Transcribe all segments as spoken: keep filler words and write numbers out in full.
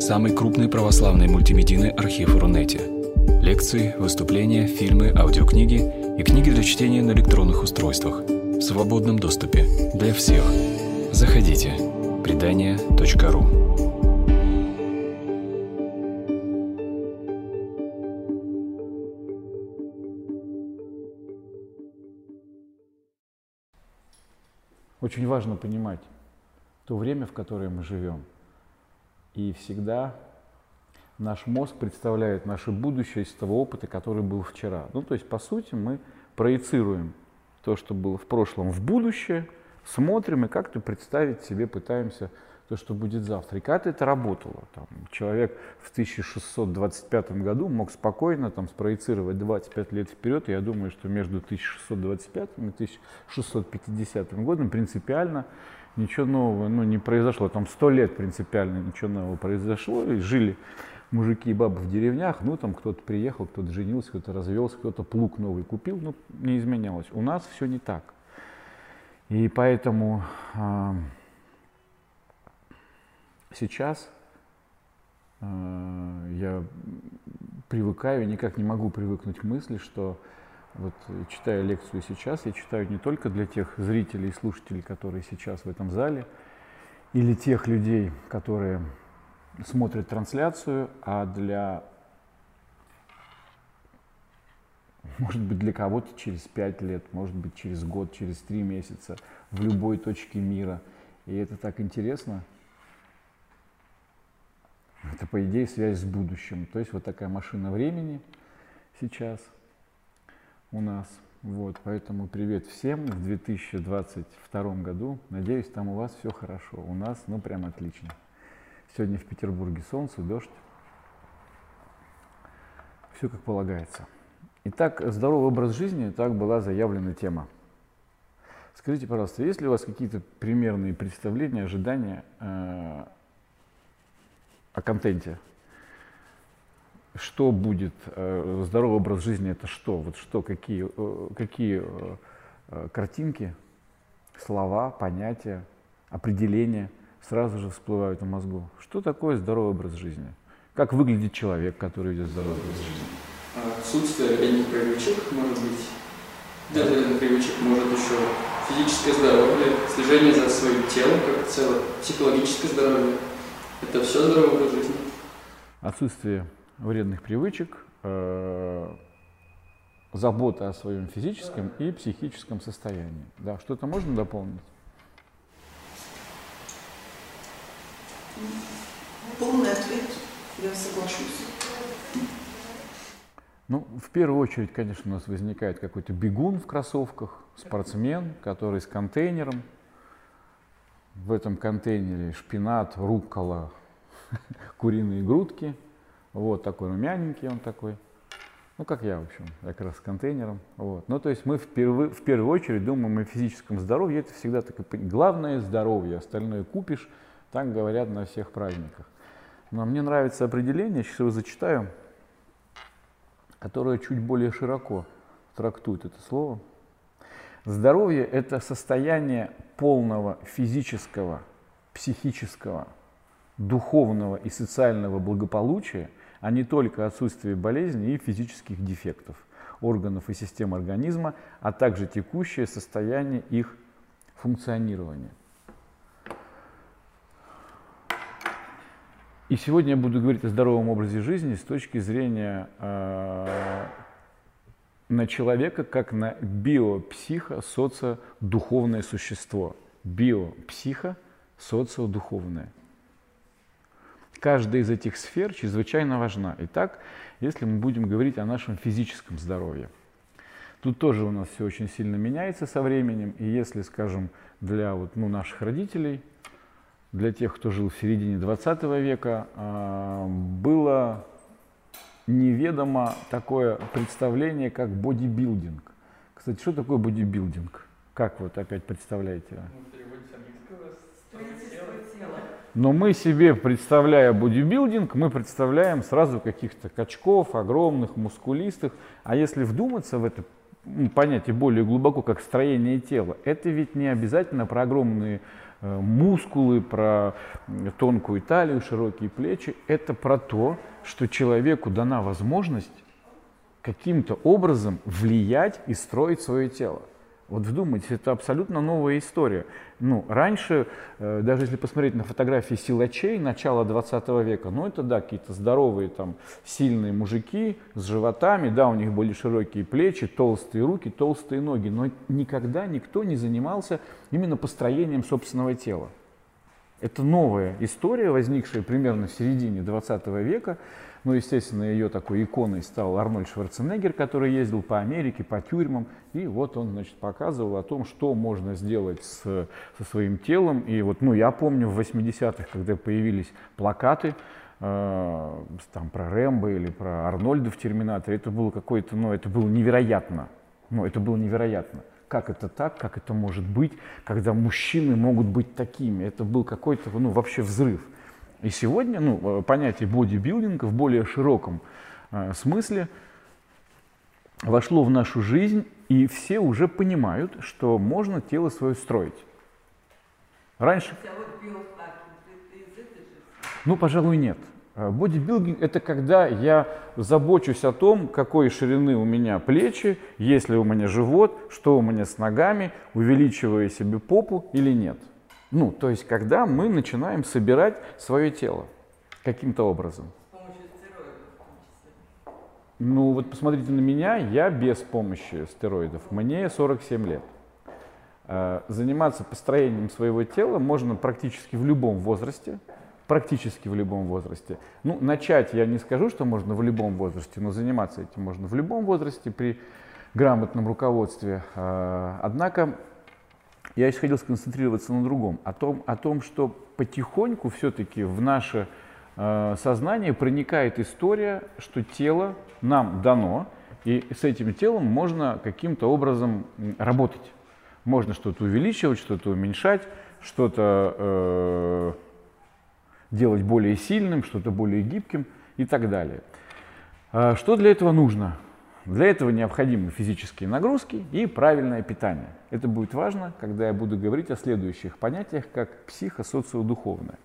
самый крупный православный мультимедийный архив Рунете. Лекции, выступления, фильмы, аудиокниги и книги для чтения на электронных устройствах в свободном доступе для всех. Заходите. предания точка ру. Очень важно понимать то время, в которое мы живем. И всегда наш мозг представляет наше будущее из того опыта, который был вчера. Ну, то есть, по сути, мы проецируем то, что было в прошлом, в будущее, смотрим и как-то представить себе пытаемся то, что будет завтра. И когда это работало, там, человек в тысяча шестьсот двадцать пятом году мог спокойно там, спроецировать двадцать пять лет вперед. И я думаю, что между тысяча шестьсот двадцать пятым и тысяча шестьсот пятидесятым годом принципиально ничего нового ну, не произошло. Там сто лет принципиально ничего нового произошло. И жили мужики и бабы в деревнях. Ну, там кто-то приехал, кто-то женился, кто-то развелся, кто-то плуг новый купил. Ну, не изменялось. У нас все не так. И поэтому э, сейчас э, я привыкаю, никак не могу привыкнуть к мысли, что вот читая лекцию сейчас, я читаю не только для тех зрителей и слушателей, которые сейчас в этом зале, или тех людей, которые смотрят трансляцию, а для, может быть, для кого-то через пять лет, может быть, через год, через три месяца, в любой точке мира. И это так интересно. Это, по идее, связь с будущим. То есть вот такая машина времени сейчас у нас. Вот, поэтому привет всем в две тысячи двадцать втором году. Надеюсь, там у вас все хорошо. У нас, ну, прям отлично. Сегодня в Петербурге солнце, дождь. Все как полагается. Итак, здоровый образ жизни, так была заявлена тема. Скажите, пожалуйста, есть ли у вас какие-то примерные представления, ожидания э, о контенте? Что будет э, здоровый образ жизни? Это что? Вот что, какие, э, какие э, картинки, слова, понятия, определения сразу же всплывают в мозгу? Что такое здоровый образ жизни? Как выглядит человек, который ведет здоровый образ жизни? Отсутствие вредных привычек, может быть, для вредных привычек, может еще физическое здоровье, слежение за своим телом, как целое, психологическое здоровье. Это все здоровый образ жизни. Отсутствие вредных привычек, э, забота о своем физическом и психическом состоянии. Да, что-то можно дополнить? Полный ответ, я соглашусь. Ну, в первую очередь, конечно, у нас возникает какой-то бегун в кроссовках, спортсмен, который с контейнером. В этом контейнере шпинат, руккола, куриные грудки. Вот такой румяненький он такой. Ну, как я, в общем, как раз с контейнером. Вот. Ну, то есть мы в первую, в первую очередь думаем о физическом здоровье. Это всегда такое, главное здоровье, остальное купишь. Так говорят на всех праздниках. Но мне нравится определение, сейчас его зачитаю, которое чуть более широко трактует это слово. Здоровье – это состояние полного физического, психического, духовного и социального благополучия, а не только отсутствие болезней и физических дефектов органов и систем организма, а также текущее состояние их функционирования. И сегодня я буду говорить о здоровом образе жизни с точки зрения э, на человека как на био-психо-социо-духовное существо. Био-психо-социо-духовное. Каждая из этих сфер чрезвычайно важна. Итак, если мы будем говорить о нашем физическом здоровье, тут тоже у нас все очень сильно меняется со временем. И если, скажем, для вот, ну, наших родителей, для тех, кто жил в середине двадцатого века, было неведомо такое представление, как бодибилдинг. Кстати, что такое бодибилдинг? Как вот опять представляете? Но мы себе, представляя бодибилдинг, мы представляем сразу каких-то качков, огромных, мускулистых. А если вдуматься в это понятие более глубоко, как строение тела, это ведь не обязательно про огромные мускулы, про тонкую талию, широкие плечи. Это про то, что человеку дана возможность каким-то образом влиять и строить свое тело. Вот вдумайтесь, это абсолютно новая история. Ну, раньше, э, даже если посмотреть на фотографии силачей начала двадцатого века, ну это да, какие-то здоровые, там, сильные мужики с животами, да, у них были широкие плечи, толстые руки, толстые ноги, но никогда никто не занимался именно построением собственного тела. Это новая история, возникшая примерно в середине двадцатого века. Ну, естественно, ее такой иконой стал Арнольд Шварценеггер, который ездил по Америке, по тюрьмам. И вот он, значит, показывал о том, что можно сделать с, со своим телом. И вот, ну, я помню в восьмидесятых, когда появились плакаты э, там, про Рэмбо или про Арнольда в «Терминаторе», это было какое-то, ну, это было невероятно. Ну, это было невероятно. Как это так, как это может быть, когда мужчины могут быть такими? Это был какой-то, ну, вообще взрыв. И сегодня, ну, понятие бодибилдинга в более широком э, смысле вошло в нашу жизнь, и все уже понимают, что можно тело свое строить. Раньше... Ну, пожалуй, нет. Бодибилдинг — это когда я забочусь о том, какой ширины у меня плечи, есть ли у меня живот, что у меня с ногами, увеличиваю себе попу или нет. Ну, то есть, когда мы начинаем собирать свое тело каким-то образом. С помощью стероидов в том числе. Ну, вот посмотрите на меня, я без помощи стероидов. Мне сорок семь лет. Заниматься построением своего тела можно практически в любом возрасте. Практически в любом возрасте. Ну, начать я не скажу, что можно в любом возрасте, но заниматься этим можно в любом возрасте при грамотном руководстве. Однако я еще хотел сконцентрироваться на другом, о том, о том что потихоньку все-таки в наше э, сознание проникает история, что тело нам дано, и с этим телом можно каким-то образом работать. Можно что-то увеличивать, что-то уменьшать, что-то э, делать более сильным, что-то более гибким и так далее. Э, что для этого нужно? Для этого необходимы физические нагрузки и правильное питание. Это будет важно, когда я буду говорить о следующих понятиях, как психо-социодуховное.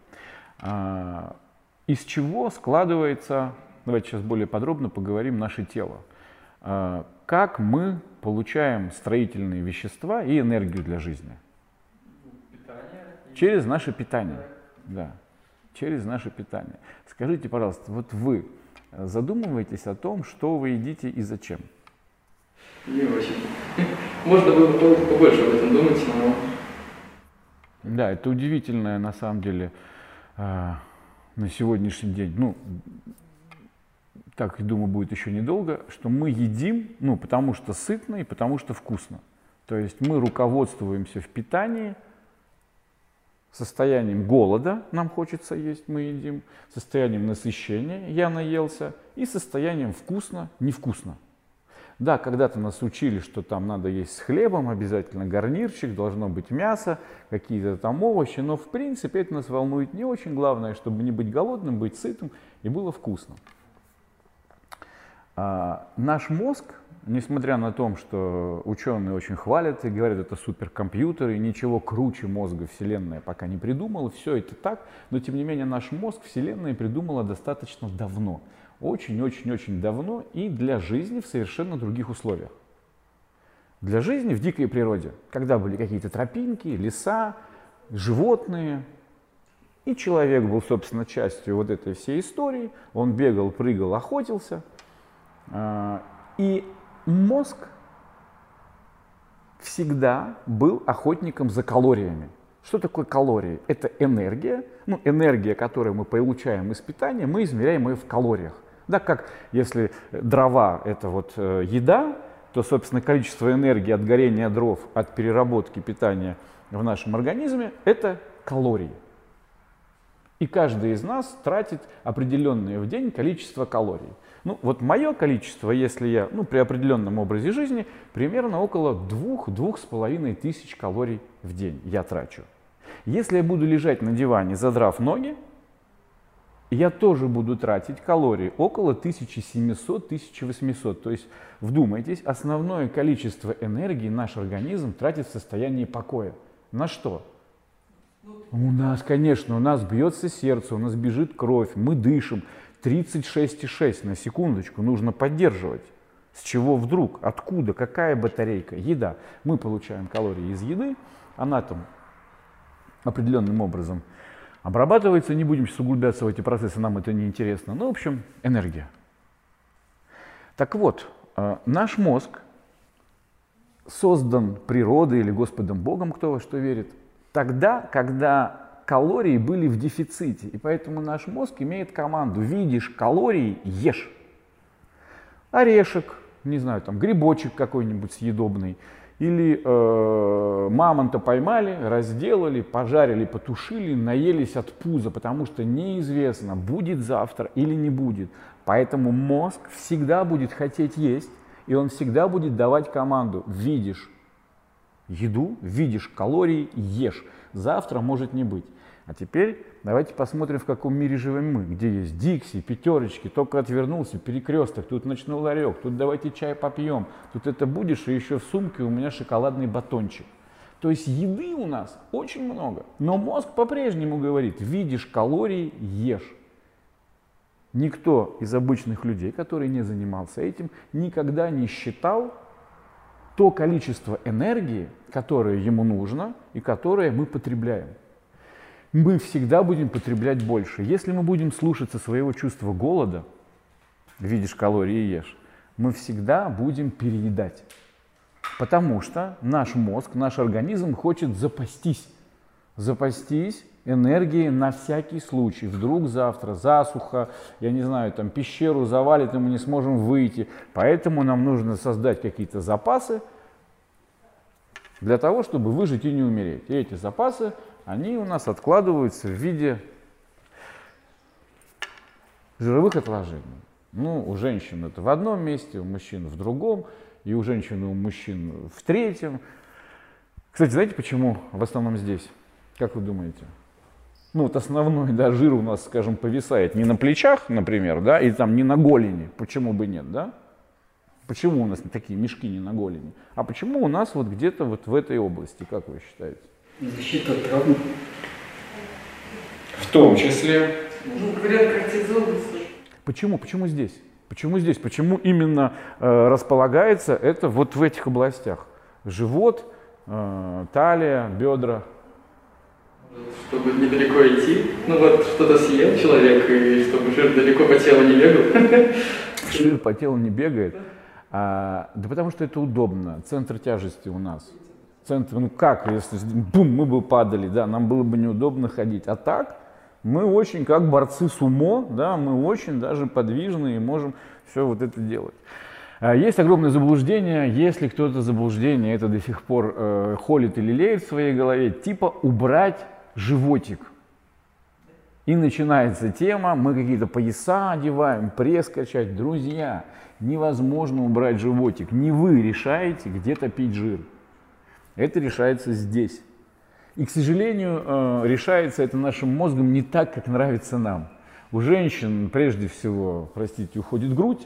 Из чего складывается, давайте сейчас более подробно поговорим, наше тело. Как мы получаем строительные вещества и энергию для жизни? Питание. Через наше питание. Да, через наше питание. Скажите, пожалуйста, вот вы задумываетесь о том, что вы едите и зачем? Не очень. Можно было бы побольше об этом думать, но... Да, это удивительное, на самом деле, э, на сегодняшний день, ну, так, я думаю, будет еще недолго, что мы едим, ну, потому что сытно и потому что вкусно. То есть мы руководствуемся в питании состоянием голода, нам хочется есть, мы едим, состоянием насыщения, я наелся, и состоянием вкусно, невкусно. Да, когда-то нас учили, что там надо есть с хлебом, обязательно гарнирчик, должно быть мясо, какие-то там овощи, но в принципе это нас волнует не очень. Главное, чтобы не быть голодным, быть сытым, и было вкусно. А, наш мозг, несмотря на то, что ученые очень хвалят и говорят, это суперкомпьютер, и ничего круче мозга Вселенная пока не придумала, все это так, но тем не менее наш мозг Вселенная придумала достаточно давно. Очень-очень-очень давно и для жизни в совершенно других условиях. Для жизни в дикой природе, когда были какие-то тропинки, леса, животные, и человек был, собственно, частью вот этой всей истории, он бегал, прыгал, охотился, и мозг всегда был охотником за калориями. Что такое калории? Это энергия, ну, энергия, которую мы получаем из питания, мы измеряем ее в калориях. Да, как если дрова — это вот э, еда, то, собственно, количество энергии от горения дров, от переработки питания в нашем организме — это калории. И каждый из нас тратит определенное в день количество калорий. Ну, вот мое количество, если я, ну, при определенном образе жизни, примерно около двух-двух с половиной тысяч калорий в день я трачу. Если я буду лежать на диване, задрав ноги, я тоже буду тратить калорий около тысяча семьсот — тысяча восемьсот. То есть, вдумайтесь, основное количество энергии наш организм тратит в состоянии покоя. На что? Ну, У нас, конечно, у нас бьется сердце, у нас бежит кровь, мы дышим. тридцать шесть и шесть на секундочку нужно поддерживать. С чего вдруг? Откуда? Какая батарейка? Еда. Мы получаем калории из еды, она там определенным образом обрабатывается. Не будем сейчас углубляться в эти процессы, нам это не интересно. Ну, в общем, энергия. Так вот, наш мозг создан природой или Господом Богом, кто во что верит, тогда, когда калории были в дефиците. И поэтому наш мозг имеет команду: видишь калории — ешь. Орешек, не знаю, там грибочек какой-нибудь съедобный, или э, мамонта поймали, разделали, пожарили, потушили, наелись от пуза, потому что неизвестно, будет завтра или не будет. Поэтому мозг всегда будет хотеть есть, и он всегда будет давать команду: видишь еду, видишь калории — ешь. Завтра может не быть. А теперь давайте посмотрим, в каком мире живем мы, где есть Дикси, пятерочки, только отвернулся, перекресток, тут ночной ларек, тут давайте чай попьем, тут это будешь, и еще в сумке у меня шоколадный батончик. То есть еды у нас очень много, но мозг по-прежнему говорит: видишь калории — ешь. Никто из обычных людей, который не занимался этим, никогда не считал то количество энергии, которое ему нужно и которое мы потребляем. Мы всегда будем потреблять больше. Если мы будем слушаться своего чувства голода, видишь калории — ешь, мы всегда будем переедать. Потому что наш мозг, наш организм хочет запастись. Запастись энергией на всякий случай. Вдруг завтра засуха, я не знаю, там пещеру завалит, и мы не сможем выйти. Поэтому нам нужно создать какие-то запасы для того, чтобы выжить и не умереть. И эти запасы, они у нас откладываются в виде жировых отложений. Ну, у женщин это в одном месте, у мужчин в другом, и у женщин и у мужчин в третьем. Кстати, знаете, почему в основном здесь? Как вы думаете? Ну, вот основной, да, жир у нас, скажем, повисает не на плечах, например, да, или там не на голени. Почему бы нет, да? Почему у нас такие мешки не на голени? А почему у нас вот где-то вот в этой области, как вы считаете? Защита от травм. В том числе. Ну, говорят, кортизол. Почему? Почему здесь? Почему здесь? Почему именно э, располагается это вот в этих областях? Живот, э, талия, бедра. Чтобы недалеко идти, ну вот что-то съел человек, и чтобы жир далеко по телу не бегал. Жир по телу не бегает. А, да потому что это удобно. Центр тяжести у нас. Центр, ну как, если бум, мы бы падали, да, нам было бы неудобно ходить. А так мы очень как борцы сумо, да, мы очень даже подвижны и можем все вот это делать. А, есть огромное заблуждение, если кто-то заблуждение это до сих пор э, холит или леет в своей голове, типа убрать животик. И начинается тема, мы какие-то пояса одеваем, пресс качать. Друзья, невозможно убрать животик. Не вы решаете, где топить жир. Это решается здесь. И, к сожалению, решается это нашим мозгом не так, как нравится нам. У женщин, прежде всего, простите, уходит грудь.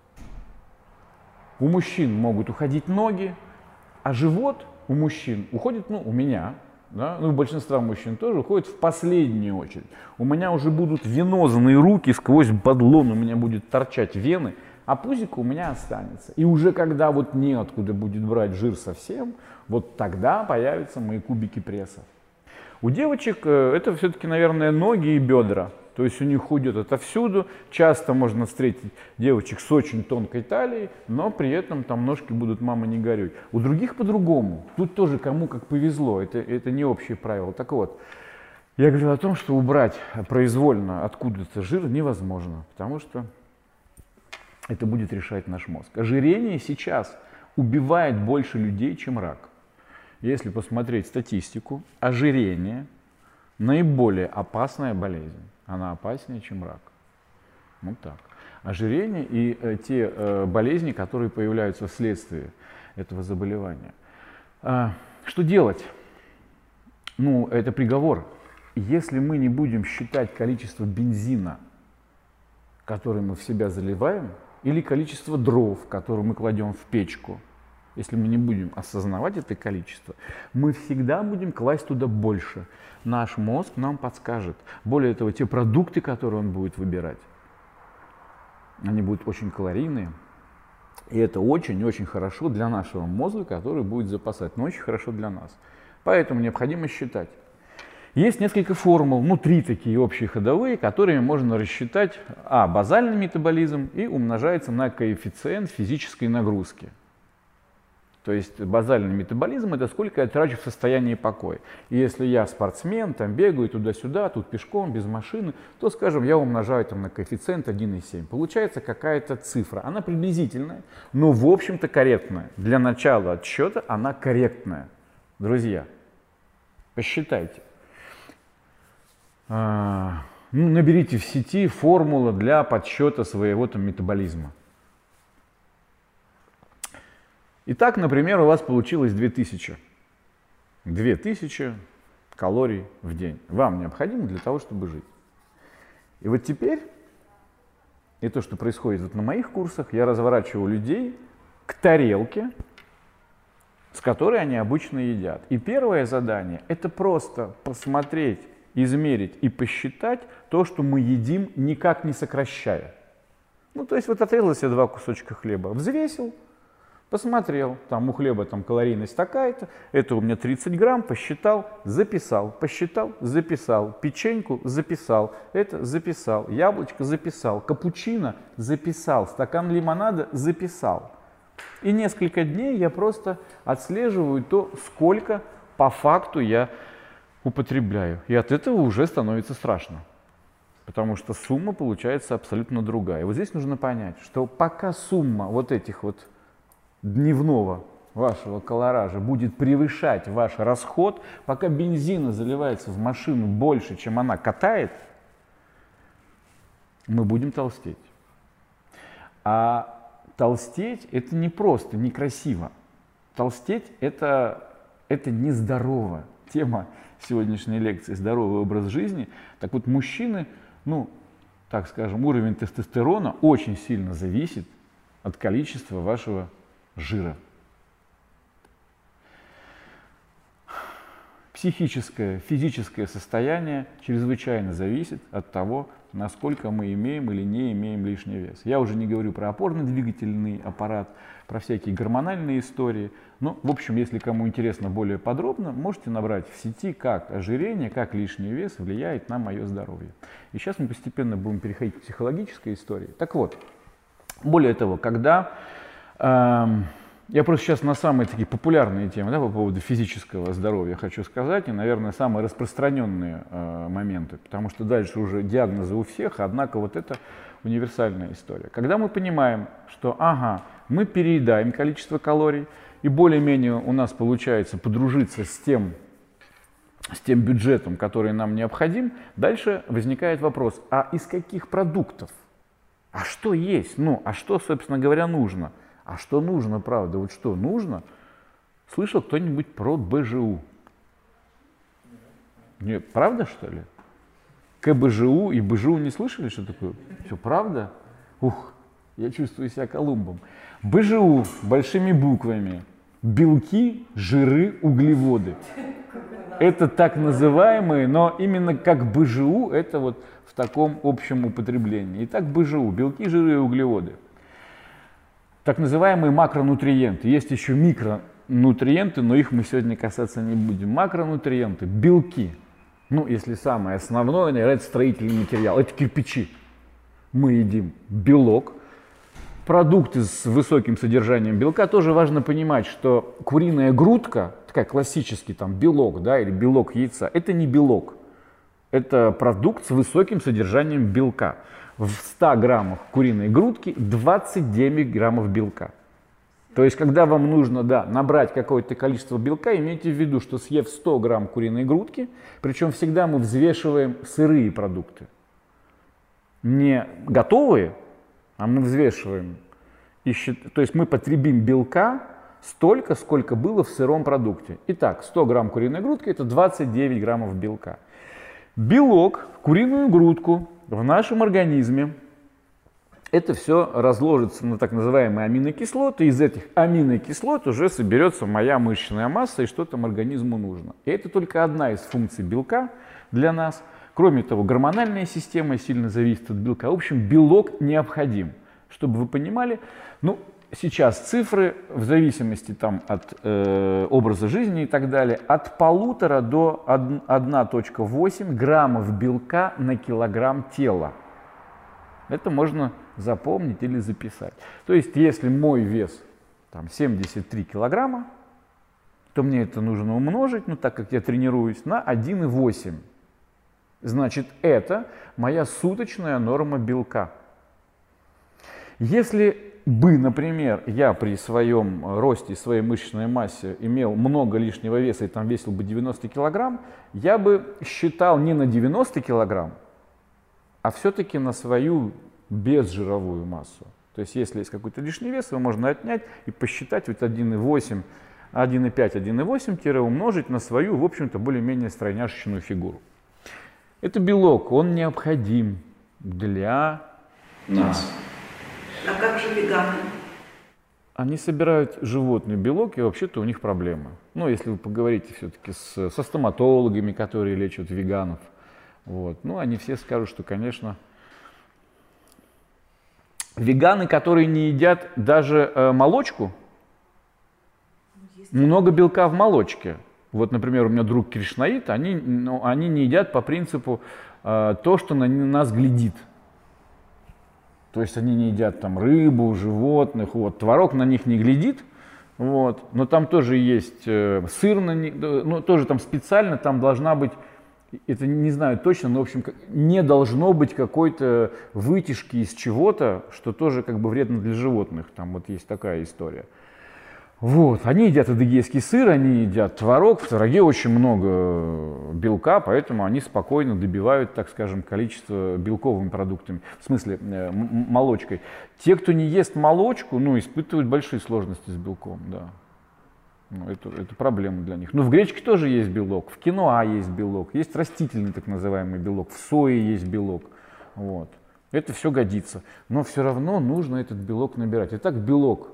У мужчин могут уходить ноги. А живот у мужчин уходит, ну, у меня, да, ну, у большинства мужчин тоже уходит в последнюю очередь. У меня уже будут венозные руки, сквозь бадлон у меня будет торчать вены, а пузико у меня останется. И уже когда вот неоткуда будет брать жир совсем, вот тогда появятся мои кубики пресса. У девочек это все-таки, наверное, ноги и бедра. То есть у них уйдет отовсюду. Часто можно встретить девочек с очень тонкой талией, но при этом там ножки будут, мама, не горюй. У других по-другому. Тут тоже кому как повезло. Это, это не общее правило. Так вот, я говорил о том, что убрать произвольно откуда-то жир невозможно, потому что это будет решать наш мозг. Ожирение сейчас убивает больше людей, чем рак. Если посмотреть статистику, ожирение наиболее опасная болезнь. Она опаснее, чем рак. Вот так. Ожирение и э, те э, болезни, которые появляются вследствие этого заболевания. А, что делать? Ну, это приговор. Если мы не будем считать количество бензина, который мы в себя заливаем, или количество дров, которые мы кладем в печку, если мы не будем осознавать это количество, мы всегда будем класть туда больше. Наш мозг нам подскажет. Более того, те продукты, которые он будет выбирать, они будут очень калорийные. И это очень-очень хорошо для нашего мозга, который будет запасать, но очень хорошо для нас. Поэтому необходимо считать. Есть несколько формул, ну три такие общие ходовые, которыми можно рассчитать а. базальный метаболизм и умножается на коэффициент физической нагрузки. То есть базальный метаболизм — это сколько я трачу в состоянии покоя. И если я спортсмен, там бегаю туда-сюда, тут пешком, без машины, то, скажем, я умножаю там на коэффициент один и семь. Получается какая-то цифра. Она приблизительная, но в общем-то корректная. Для начала отсчета она корректная. Друзья, посчитайте. А, ну, наберите в сети формулу для подсчета своего там метаболизма. Итак, например, у вас получилось две тысячи. две тысячи калорий в день. Вам необходимо для того, чтобы жить. И вот теперь, и то, что происходит вот на моих курсах, я разворачиваю людей к тарелке, с которой они обычно едят. И первое задание — это просто посмотреть, измерить и посчитать то, что мы едим, никак не сокращая. Ну, то есть вот отрезал себе два кусочка хлеба, взвесил, посмотрел, там у хлеба там калорийность такая-то, это у меня тридцать грамм, посчитал, записал, посчитал, записал, печеньку записал, это записал, яблочко записал, капучино записал, стакан лимонада записал. И несколько дней я просто отслеживаю то, сколько по факту я употребляю. И от этого уже становится страшно, потому что сумма получается абсолютно другая. И вот здесь нужно понять, что пока сумма вот этих вот дневного вашего колоража будет превышать ваш расход, пока бензина заливается в машину больше, чем она катает, мы будем толстеть. А толстеть — это не просто, некрасиво. Толстеть — это, это нездорово. Тема сегодняшней лекции — здоровый образ жизни. Так вот, мужчины, ну, так скажем, уровень тестостерона очень сильно зависит от количества вашего жира. Психическое, физическое состояние чрезвычайно зависит от того, насколько мы имеем или не имеем лишний вес. Я уже не говорю про опорно-двигательный аппарат, про всякие гормональные истории. Но, в общем, если кому интересно более подробно, можете набрать в сети, как ожирение, как лишний вес влияет на мое здоровье. И сейчас мы постепенно будем переходить к психологической истории. Так вот, более того, когда... Эм, Я просто сейчас на самые такие популярные темы, да, по поводу физического здоровья хочу сказать, и, наверное, самые распространенные э, моменты, потому что дальше уже диагнозы у всех, однако вот это универсальная история. Когда мы понимаем, что ага, мы переедаем количество калорий, и более-менее у нас получается подружиться с тем, с тем бюджетом, который нам необходим, дальше возникает вопрос, а из каких продуктов? А что есть? Ну, а что, собственно говоря, нужно? А что нужно, правда? Вот что нужно? Слышал кто-нибудь про бэ жэ у? Нет, правда, что ли? ка бэ жэ у и бэ жэ у не слышали, что такое? Все, правда? Ух, я чувствую себя Колумбом. бэ жэ у большими буквами. Белки, жиры, углеводы. Это так называемые, но именно как бэ жэ у, это вот в таком общем употреблении. Итак, бэ жэ у, белки, жиры и углеводы. Так называемые макронутриенты. Есть еще микронутриенты, но их мы сегодня касаться не будем. Макронутриенты, белки. Ну, если самое основное, наверное, это строительный материал. Это кирпичи. Мы едим белок. Продукты с высоким содержанием белка. Тоже важно понимать, что куриная грудка, такая классический там белок, да, или белок яйца, это не белок. Это продукт с высоким содержанием белка. В ста граммах куриной грудки двадцать девять граммов белка. То есть, когда вам нужно, да, набрать какое-то количество белка, имейте в виду, что съев сто грамм куриной грудки, причем всегда мы взвешиваем сырые продукты. Не готовые, а мы взвешиваем. И счит... То есть мы потребим белка столько, сколько было в сыром продукте. Итак, сто грамм куриной грудки — это двадцать девять граммов белка. Белок, куриную грудку в нашем организме это все разложится на так называемые аминокислоты. Из этих аминокислот уже соберется моя мышечная масса и что там организму нужно. И это только одна из функций белка для нас. Кроме того, гормональная система сильно зависит от белка. В общем, белок необходим. Чтобы вы понимали, ну, сейчас цифры в зависимости там, от э, образа жизни и так далее, от полутора до одна целая восемь граммов белка на килограмм тела. Это можно запомнить или записать. То есть, если мой вес там, семьдесят три килограмма, то мне это нужно умножить, ну, так как я тренируюсь, на один целых восемь. Значит, это моя суточная норма белка. Если бы, например, я при своем росте, своей мышечной массе имел много лишнего веса и там весил бы девяносто килограмм, я бы считал не на девяносто килограмм, а все-таки на свою безжировую массу. То есть, если есть какой-то лишний вес, его можно отнять и посчитать вот один целых восемь, один целых пять, один целых восемь умножить на свою, в общем-то, более-менее стройняшечную фигуру. Это белок, он необходим для нас. А как же веганы? Они собирают животный белок, и вообще-то у них проблемы. Ну, если вы поговорите все-таки с, со стоматологами, которые лечат веганов, вот, ну, они все скажут, что, конечно, веганы, которые не едят даже э, молочку, много белка в молочке. Вот, например, у меня друг кришнаит, они, ну, они не едят по принципу э, то, что на нас глядит. То есть они не едят там рыбу, животных, вот, творог на них не глядит, вот, но там тоже есть э, сыр, на них, ну, тоже там специально, там должна быть, это не знаю точно, но, в общем, не должно быть какой-то вытяжки из чего-то, что тоже как бы вредно для животных, там вот есть такая история. Вот, они едят адыгейский сыр, они едят творог, в твороге очень много белка, поэтому они спокойно добивают, так скажем, количество белковыми продуктами, в смысле э, молочкой. Те, кто не ест молочку, ну, испытывают большие сложности с белком, да. Ну, это, это проблема для них. Но в гречке тоже есть белок, в киноа есть белок, есть растительный так называемый белок, в сое есть белок, вот. Это все годится, но все равно нужно этот белок набирать. Итак, белок.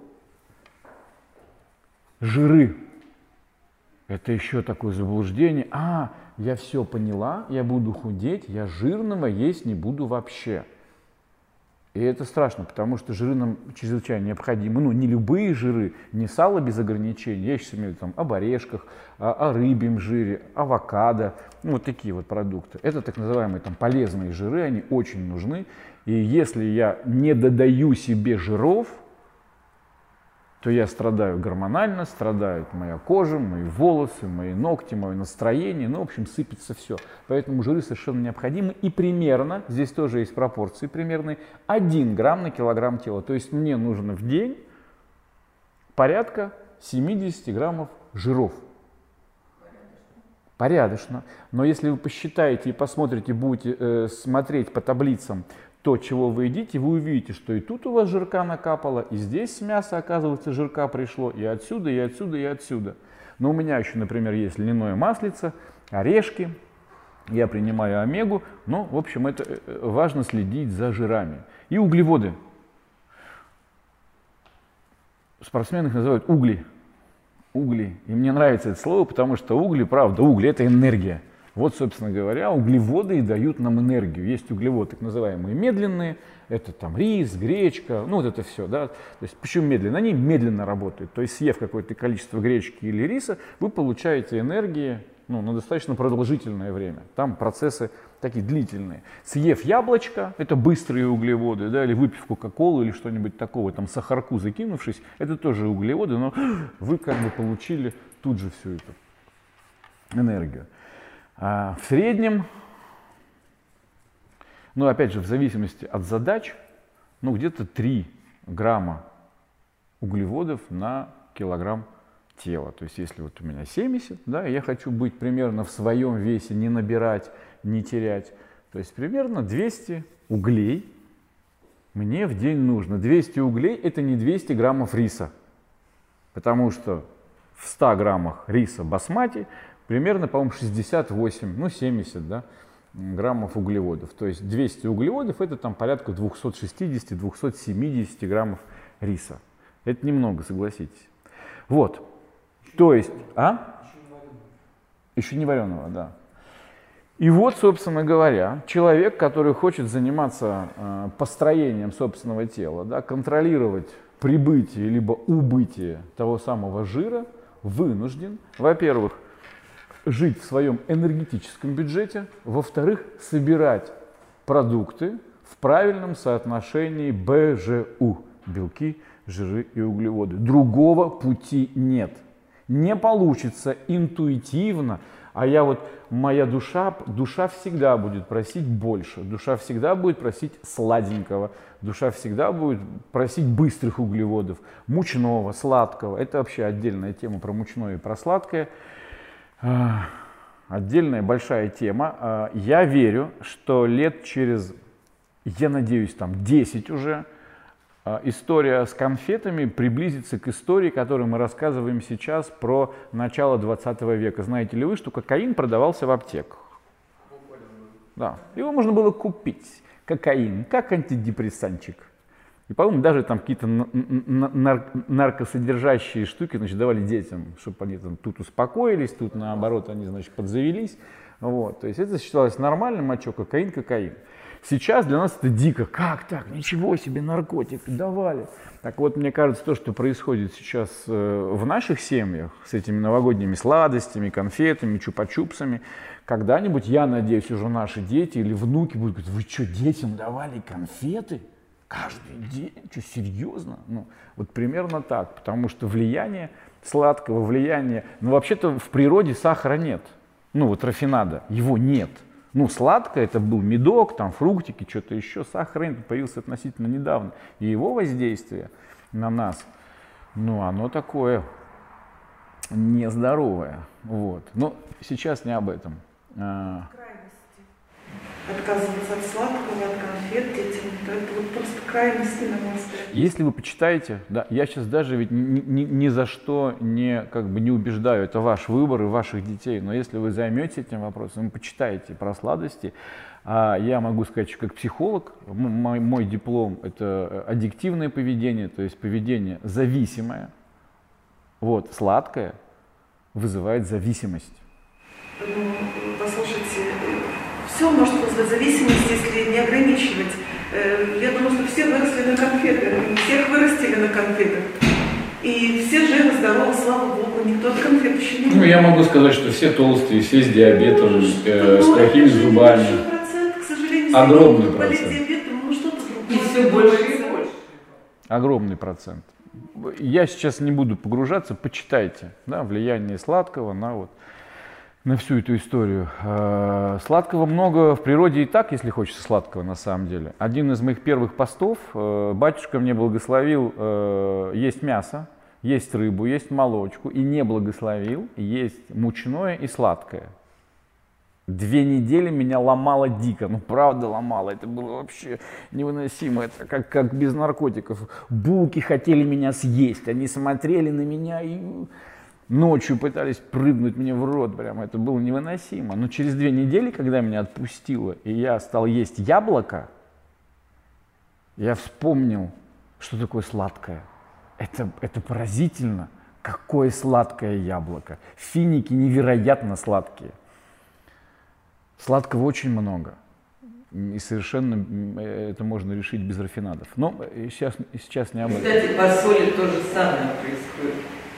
Жиры. Это еще такое заблуждение. А, я все поняла, я буду худеть, я жирного есть не буду вообще. И это страшно, потому что жиры нам чрезвычайно необходимы. Ну, не любые жиры, не сало без ограничений. Я сейчас имею в виду там, об орешках, о, о рыбьем жире, авокадо. Ну, вот такие вот продукты. Это так называемые там, полезные жиры, они очень нужны. И если я не додаю себе жиров, то я страдаю гормонально, страдает моя кожа, мои волосы, мои ногти, мое настроение, ну, в общем, сыпется все. Поэтому жиры совершенно необходимы. И примерно, здесь тоже есть пропорции примерные, один грамм на килограмм тела. То есть мне нужно в день порядка семьдесят граммов жиров. Порядочно. Но если вы посчитаете и посмотрите, будете э, смотреть по таблицам, то, чего вы едите, вы увидите, что и тут у вас жирка накапало, и здесь с мяса, оказывается, жирка пришло, и отсюда, и отсюда, и отсюда. Но у меня еще, например, есть льняное маслице, орешки, я принимаю омегу, но, в общем, это важно следить за жирами. И углеводы. Спортсмены их называют угли. Угли. И мне нравится это слово, потому что угли, правда, угли – это энергия. Вот, собственно говоря, углеводы и дают нам энергию. Есть углеводы, так называемые медленные, это там рис, гречка, ну вот это все, да. То есть почему медленно? Они медленно работают. То есть съев какое-то количество гречки или риса, вы получаете энергии, ну, на достаточно продолжительное время. Там процессы такие длительные. Съев яблочко, это быстрые углеводы, да, или выпив кока-колу или что-нибудь такого, там сахарку закинувшись, это тоже углеводы, но вы как бы получили тут же всю эту энергию. А в среднем, ну опять же в зависимости от задач, ну где-то три грамма углеводов на килограмм тела. То есть если вот у меня семьдесят, да, и я хочу быть примерно в своем весе, не набирать, не терять, то есть примерно двести углей мне в день нужно. двести углей это не двести граммов риса, потому что в ста граммах риса басмати примерно, по-моему, шестьдесят восемь, ну семьдесят, да, граммов углеводов. То есть двести углеводов это там порядка двести шестьдесят - двести семьдесят граммов риса. Это немного, согласитесь. Вот. То есть, а? Еще не вареного, да. И вот, собственно говоря, человек, который хочет заниматься э, построением собственного тела, да, контролировать прибытие либо убытие того самого жира, вынужден, во-первых, жить в своем энергетическом бюджете, во-вторых, собирать продукты в правильном соотношении бэ жэ у – белки, жиры и углеводы. Другого пути нет. Не получится интуитивно, а я вот, моя душа, душа всегда будет просить больше, душа всегда будет просить сладенького, душа всегда будет просить быстрых углеводов, мучного, сладкого. Это вообще отдельная тема про мучное и про сладкое. Отдельная большая тема. Я верю, что лет через, я надеюсь, там десять уже, история с конфетами приблизится к истории, которую мы рассказываем сейчас про начало двадцатого века. Знаете ли вы, что кокаин продавался в аптеках? Да, его можно было купить. Кокаин, как антидепрессантчик. И, по-моему, даже там какие-то нар- наркосодержащие штуки, значит, давали детям, чтобы они там тут успокоились, тут, наоборот, они, значит, подзавелись. Вот. То есть это считалось нормальным, а что, кокаин, кокаин. Сейчас для нас это дико. Как так? Ничего себе, наркотик давали. Так вот, мне кажется, то, что происходит сейчас в наших семьях с этими новогодними сладостями, конфетами, чупа-чупсами, когда-нибудь, я надеюсь, уже наши дети или внуки будут говорить: вы что, детям давали конфеты? Каждый день? Что, серьезно? Ну, вот примерно так. Потому что влияние сладкого, влияние... Ну, вообще-то в природе сахара нет. Ну, вот рафинада, его нет. Ну, сладкое это был медок, там фруктики, что-то еще. Сахар появился относительно недавно. И его воздействие на нас, ну, оно такое нездоровое. Вот. Но сейчас не об этом. Отказываться от сладкого, от конфет детям, это вот просто крайности, на мой взгляд. Если вы почитаете, да, я сейчас даже ведь ни, ни, ни за что не, как бы не убеждаю, это ваш выбор и ваших детей, но если вы займетесь этим вопросом, вы почитаете про сладости, а я могу сказать, что как психолог, мой, мой диплом — это аддиктивное поведение, то есть поведение зависимое, вот, сладкое вызывает зависимость. Ну, послушайте, все может вызвать зависимость, если не ограничивать. Я думаю, что все выросли на конфетах, всех вырастили на конфетах. И все живы, здоровы, слава Богу, никто от конфет еще не умер. Ну, я могу сказать, что все толстые, все с диабетом, ну, э, с плохими зубами. Процент, к сожалению, огромный процент. Диабетом, ну, что-то другое. И все больше и больше. Огромный процент. Я сейчас не буду погружаться, почитайте, да, влияние сладкого на вот на всю эту историю. Сладкого много в природе и так, если хочется сладкого на самом деле. Один из моих первых постов, батюшка мне благословил есть мясо, есть рыбу, есть молочку, и не благословил есть мучное и сладкое. Две недели меня ломало дико, ну правда ломало, это было вообще невыносимо, это как, как без наркотиков. Булки хотели меня съесть, они смотрели на меня и... Ночью пытались прыгнуть мне в рот, прям это было невыносимо. Но через две недели, когда меня отпустило, и я стал есть яблоко, я вспомнил, что такое сладкое. Это, это поразительно, какое сладкое яблоко. Финики невероятно сладкие. Сладкого очень много. И совершенно это можно решить без рафинадов. Но сейчас, сейчас не об этом. Кстати, по соли то же самое происходит.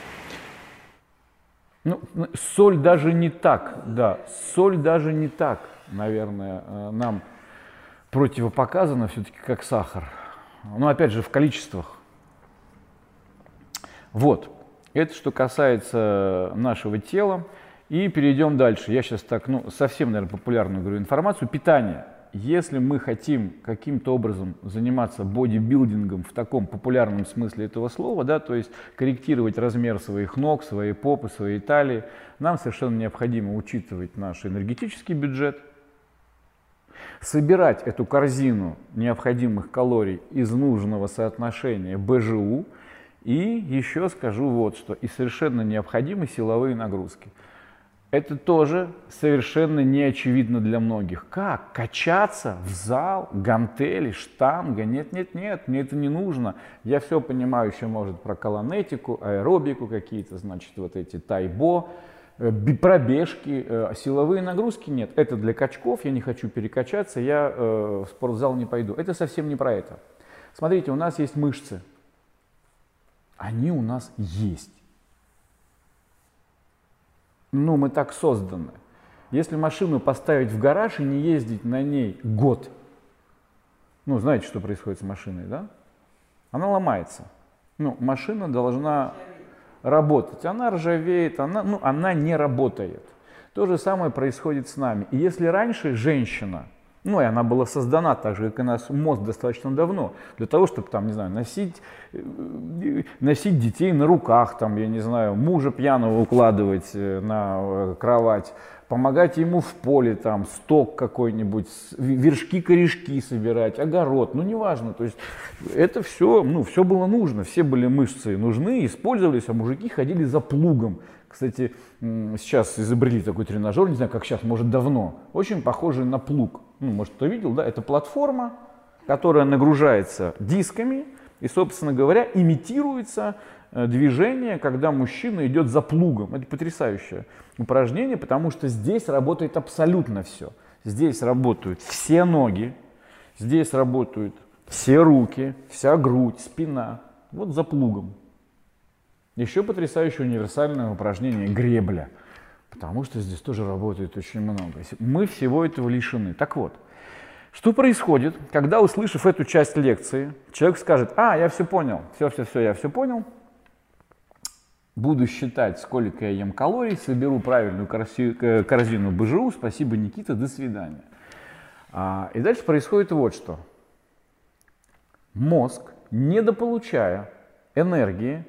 Ну, соль даже не так, да, соль даже не так, наверное, нам противопоказана все-таки как сахар. Но опять же в количествах. Вот, это что касается нашего тела. И перейдем дальше. Я сейчас так, ну, совсем, наверное, популярную говорю информацию. Питание. Если мы хотим каким-то образом заниматься бодибилдингом в таком популярном смысле этого слова, да, то есть корректировать размер своих ног, своей попы, своей талии, нам совершенно необходимо учитывать наш энергетический бюджет, собирать эту корзину необходимых калорий из нужного соотношения бэ жэ у, и еще скажу вот что, и совершенно необходимы силовые нагрузки. Это тоже совершенно не очевидно для многих. Как? Качаться в зал, гантели, штанга? Нет, нет, нет, мне это не нужно. Я все понимаю еще, может, про колонетику, аэробику какие-то, значит, вот эти тайбо, пробежки, силовые нагрузки. Нет, это для качков, я не хочу перекачаться, я в спортзал не пойду. Это совсем не про это. Смотрите, у нас есть мышцы. Они у нас есть. Ну, мы так созданы. Если машину поставить в гараж и не ездить на ней год, ну, знаете, что происходит с машиной, да? Она ломается. Ну, машина должна работать. Она ржавеет, она, ну, она не работает. То же самое происходит с нами. И если раньше женщина, ну, и она была создана так же, как и наш мозг, достаточно давно, для того, чтобы, там, не знаю, носить, носить детей на руках, там, я не знаю, мужа пьяного укладывать на кровать, помогать ему в поле, там, сток какой-нибудь, вершки-корешки собирать, огород, ну, неважно, то есть это все, ну, все было нужно, все были мышцы нужны, использовались, а мужики ходили за плугом. Кстати, сейчас изобрели такой тренажер, не знаю, как сейчас, может, давно, очень похожий на плуг. Ну, может, кто видел, да? Это платформа, которая нагружается дисками и, собственно говоря, имитируется движение, когда мужчина идет за плугом. Это потрясающее упражнение, потому что здесь работает абсолютно все. Здесь работают все ноги, здесь работают все руки, вся грудь, спина. Вот за плугом. Еще потрясающее универсальное упражнение гребля, потому что здесь тоже работает очень много. Мы всего этого лишены. Так вот, что происходит, когда, услышав эту часть лекции, человек скажет: а, я все понял, все-все-все, я все понял, буду считать, сколько я ем калорий, соберу правильную корзину БЖУ, спасибо, Никита, до свидания. И дальше происходит вот что. Мозг, недополучая энергии,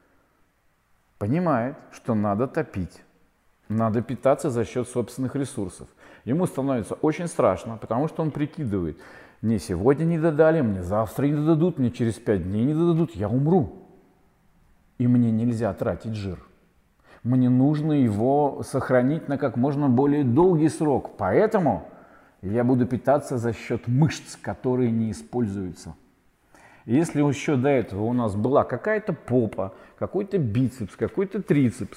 понимает, что надо топить, надо питаться за счет собственных ресурсов. Ему становится очень страшно, потому что он прикидывает: мне сегодня не додали, мне завтра не додадут, мне через пять дней не додадут, я умру. И мне нельзя тратить жир. Мне нужно его сохранить на как можно более долгий срок, поэтому я буду питаться за счет мышц, которые не используются. Если еще до этого у нас была какая-то попа, какой-то бицепс, какой-то трицепс,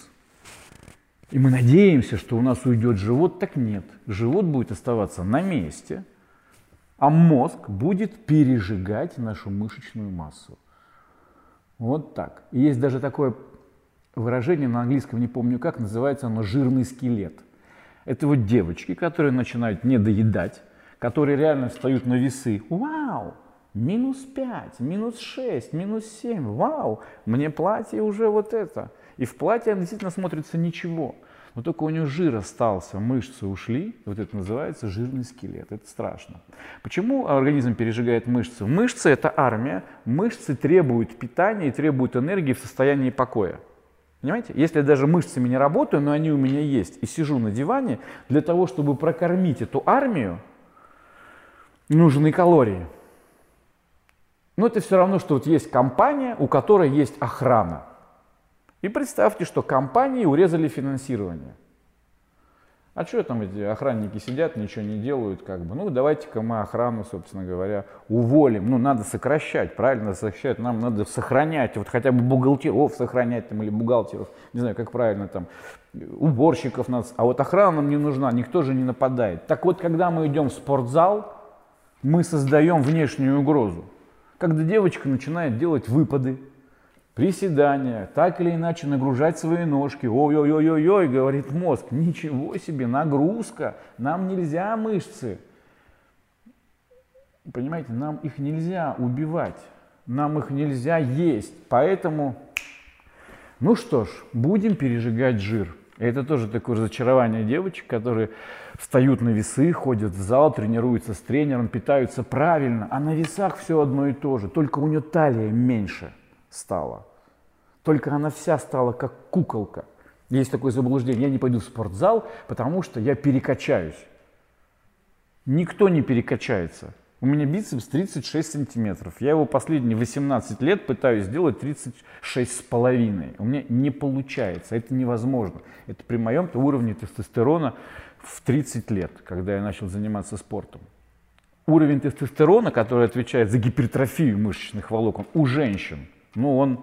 и мы надеемся, что у нас уйдет живот, так нет. Живот будет оставаться на месте, а мозг будет пережигать нашу мышечную массу. Вот так. И есть даже такое выражение на английском, не помню как, называется оно «жирный скелет». Это вот девочки, которые начинают недоедать, которые реально встают на весы. Вау! Минус пять, минус шесть, минус семь, вау, мне платье уже вот это. И в платье действительно смотрится ничего. Но только у него жир остался, мышцы ушли, вот это называется жирный скелет, это страшно. Почему организм пережигает мышцы? Мышцы — это армия, мышцы требуют питания и требуют энергии в состоянии покоя. Понимаете? Если я даже мышцами не работаю, но они у меня есть, и сижу на диване, для того, чтобы прокормить эту армию, нужны калории. Но это все равно, что вот есть компания, у которой есть охрана. И представьте, что компании урезали финансирование. А что там эти охранники сидят, ничего не делают, как бы. Ну, давайте-ка мы охрану, собственно говоря, уволим. Ну, надо сокращать, правильно сокращать. Нам надо сохранять, вот хотя бы бухгалтеров сохранять там, или бухгалтеров, не знаю, как правильно там, уборщиков надо. А вот охрана нам не нужна, никто же не нападает. Так вот, когда мы идем в спортзал, мы создаем внешнюю угрозу. Когда девочка начинает делать выпады, приседания, так или иначе нагружать свои ножки, ой-ой-ой-ой, говорит мозг, ничего себе, нагрузка, нам нельзя мышцы. Понимаете, нам их нельзя убивать, нам их нельзя есть, поэтому, ну что ж, будем пережигать жир. Это тоже такое разочарование девочек, которые встают на весы, ходят в зал, тренируются с тренером, питаются правильно, а на весах все одно и то же, только у нее талия меньше стала. Только она вся стала как куколка. Есть такое заблуждение: я не пойду в спортзал, потому что я перекачаюсь. Никто не перекачается. У меня бицепс тридцать шесть сантиметров. Я его последние восемнадцать лет пытаюсь сделать тридцать шесть с половиной. У меня не получается, это невозможно. Это при моем-то уровне тестостерона в тридцать лет, когда я начал заниматься спортом. Уровень тестостерона, который отвечает за гипертрофию мышечных волокон у женщин, ну он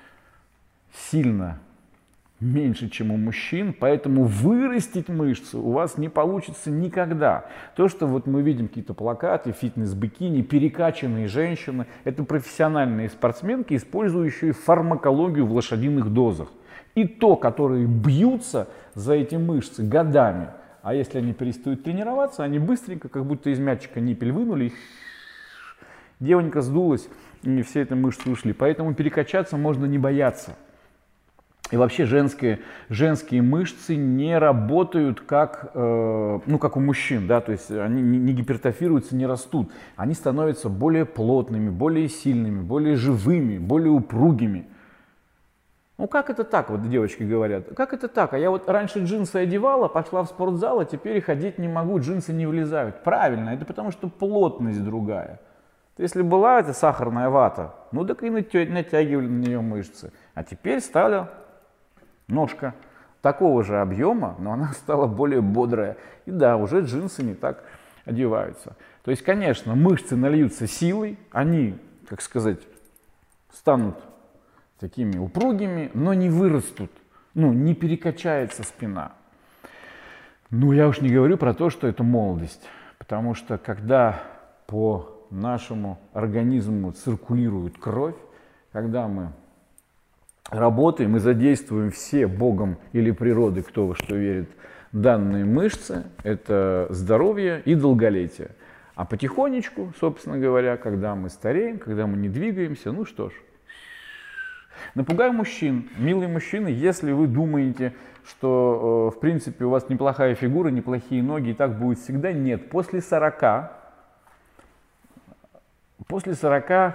сильно меньше, чем у мужчин, поэтому вырастить мышцы у вас не получится никогда. То, что вот мы видим какие-то плакаты, фитнес-бикини, перекачанные женщины, это профессиональные спортсменки, использующие фармакологию в лошадиных дозах. И то, которые бьются за эти мышцы годами. А если они перестают тренироваться, они быстренько, как будто из мячика ниппель вынули, и девонька сдулась, и все эти мышцы ушли. Поэтому перекачаться можно не бояться. И вообще женские, женские мышцы не работают как, э, ну, как у мужчин, да, то есть они не, не гипертрофируются, не растут. Они становятся более плотными, более сильными, более живыми, более упругими. Ну как это так, вот девочки говорят, как это так? А я вот раньше джинсы одевала, пошла в спортзал, а теперь ходить не могу, джинсы не влезают. Правильно, это потому что плотность другая. Если была эта сахарная вата, ну так и натягивали на нее мышцы. А теперь стала ножка такого же объема, но она стала более бодрая. И да, уже джинсы не так одеваются. То есть, конечно, мышцы нальются силой, они, как сказать, станут такими упругими, но не вырастут, ну, не перекачается спина. Ну, я уж не говорю про то, что это молодость, потому что когда по нашему организму циркулирует кровь, когда мы работаем и задействуем все Богом или природой, кто во что верит, данные мышцы, это здоровье и долголетие. А потихонечку, собственно говоря, когда мы стареем, когда мы не двигаемся, ну что ж, напугаю мужчин. Милые мужчины, если вы думаете, что в принципе у вас неплохая фигура, неплохие ноги, и так будет всегда, нет. После сорока, после сорока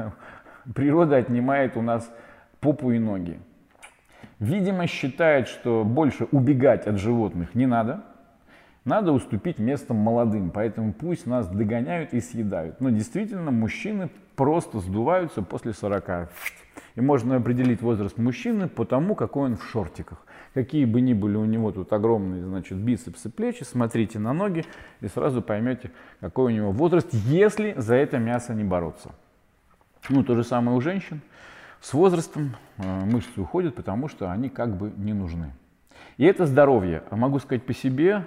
природа отнимает у нас попу и ноги. Видимо, считает, что больше убегать от животных не надо. Надо уступить место молодым, поэтому пусть нас догоняют и съедают. Но действительно, мужчины просто сдуваются после сорока. И можно определить возраст мужчины по тому, какой он в шортиках. Какие бы ни были у него тут огромные, значит, бицепсы, плечи, смотрите на ноги и сразу поймете, какой у него возраст, если за это мясо не бороться. Ну, то же самое у женщин. С возрастом мышцы уходят, потому что они как бы не нужны. И это здоровье. Могу сказать по себе,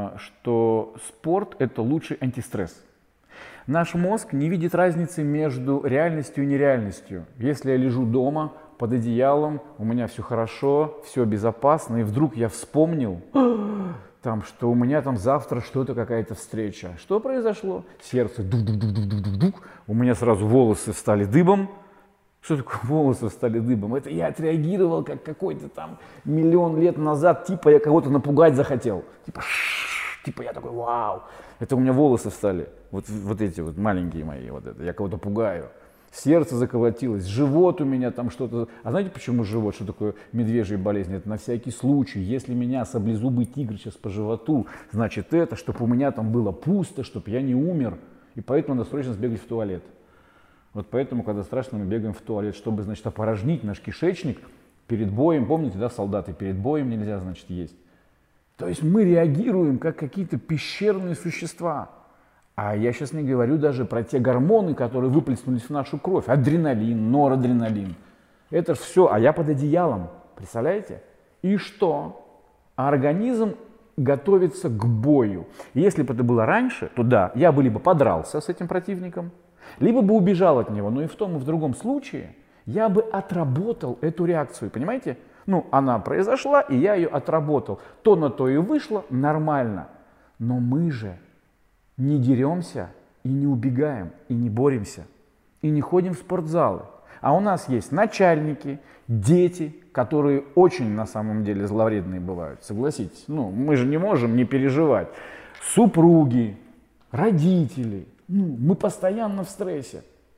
что спорт – это лучший антистресс. Наш мозг не видит разницы между реальностью и нереальностью. Если я лежу дома под одеялом, у меня все хорошо, все безопасно, и вдруг я вспомнил, там, что у меня там завтра что-то, какая-то встреча. Что произошло? Сердце дук-дук-дук-дук-дук-дук. У меня сразу волосы стали дыбом. Что такое волосы стали дыбом? Это я отреагировал как какой-то там миллион лет назад, типа я кого-то напугать захотел. Типа, типа я такой, вау. Это у меня волосы встали, вот, вот эти вот маленькие мои, вот это, я кого-то пугаю. Сердце заколотилось, живот у меня там что-то. А знаете, почему живот? Что такое медвежья болезнь? Это на всякий случай. Если меня саблезубый тигр сейчас по животу, значит это, чтобы у меня там было пусто, чтобы я не умер. И поэтому надо срочно сбегать в туалет. Вот поэтому, когда страшно, мы бегаем в туалет, чтобы, значит, опорожнить наш кишечник перед боем. Помните, да, солдаты, перед боем нельзя, значит, есть. То есть мы реагируем как какие-то пещерные существа. А я сейчас не говорю даже про те гормоны, которые выплеснулись в нашу кровь. Адреналин, норадреналин. Это же все, а я под одеялом. Представляете? И что? А организм готовится к бою. И если бы это было раньше, то да, я бы либо подрался с этим противником, либо бы убежал от него. Но и в том, и в другом случае я бы отработал эту реакцию. Понимаете? Ну, она произошла, и я ее отработал. То на то и вышло, нормально. Но мы же не деремся, и не убегаем, и не боремся, и не ходим в спортзалы. А у нас есть начальники, дети, которые очень на самом деле зловредные бывают, согласитесь. Ну, мы же не можем не переживать. Супруги, родители. Ну, мы постоянно в стрессе.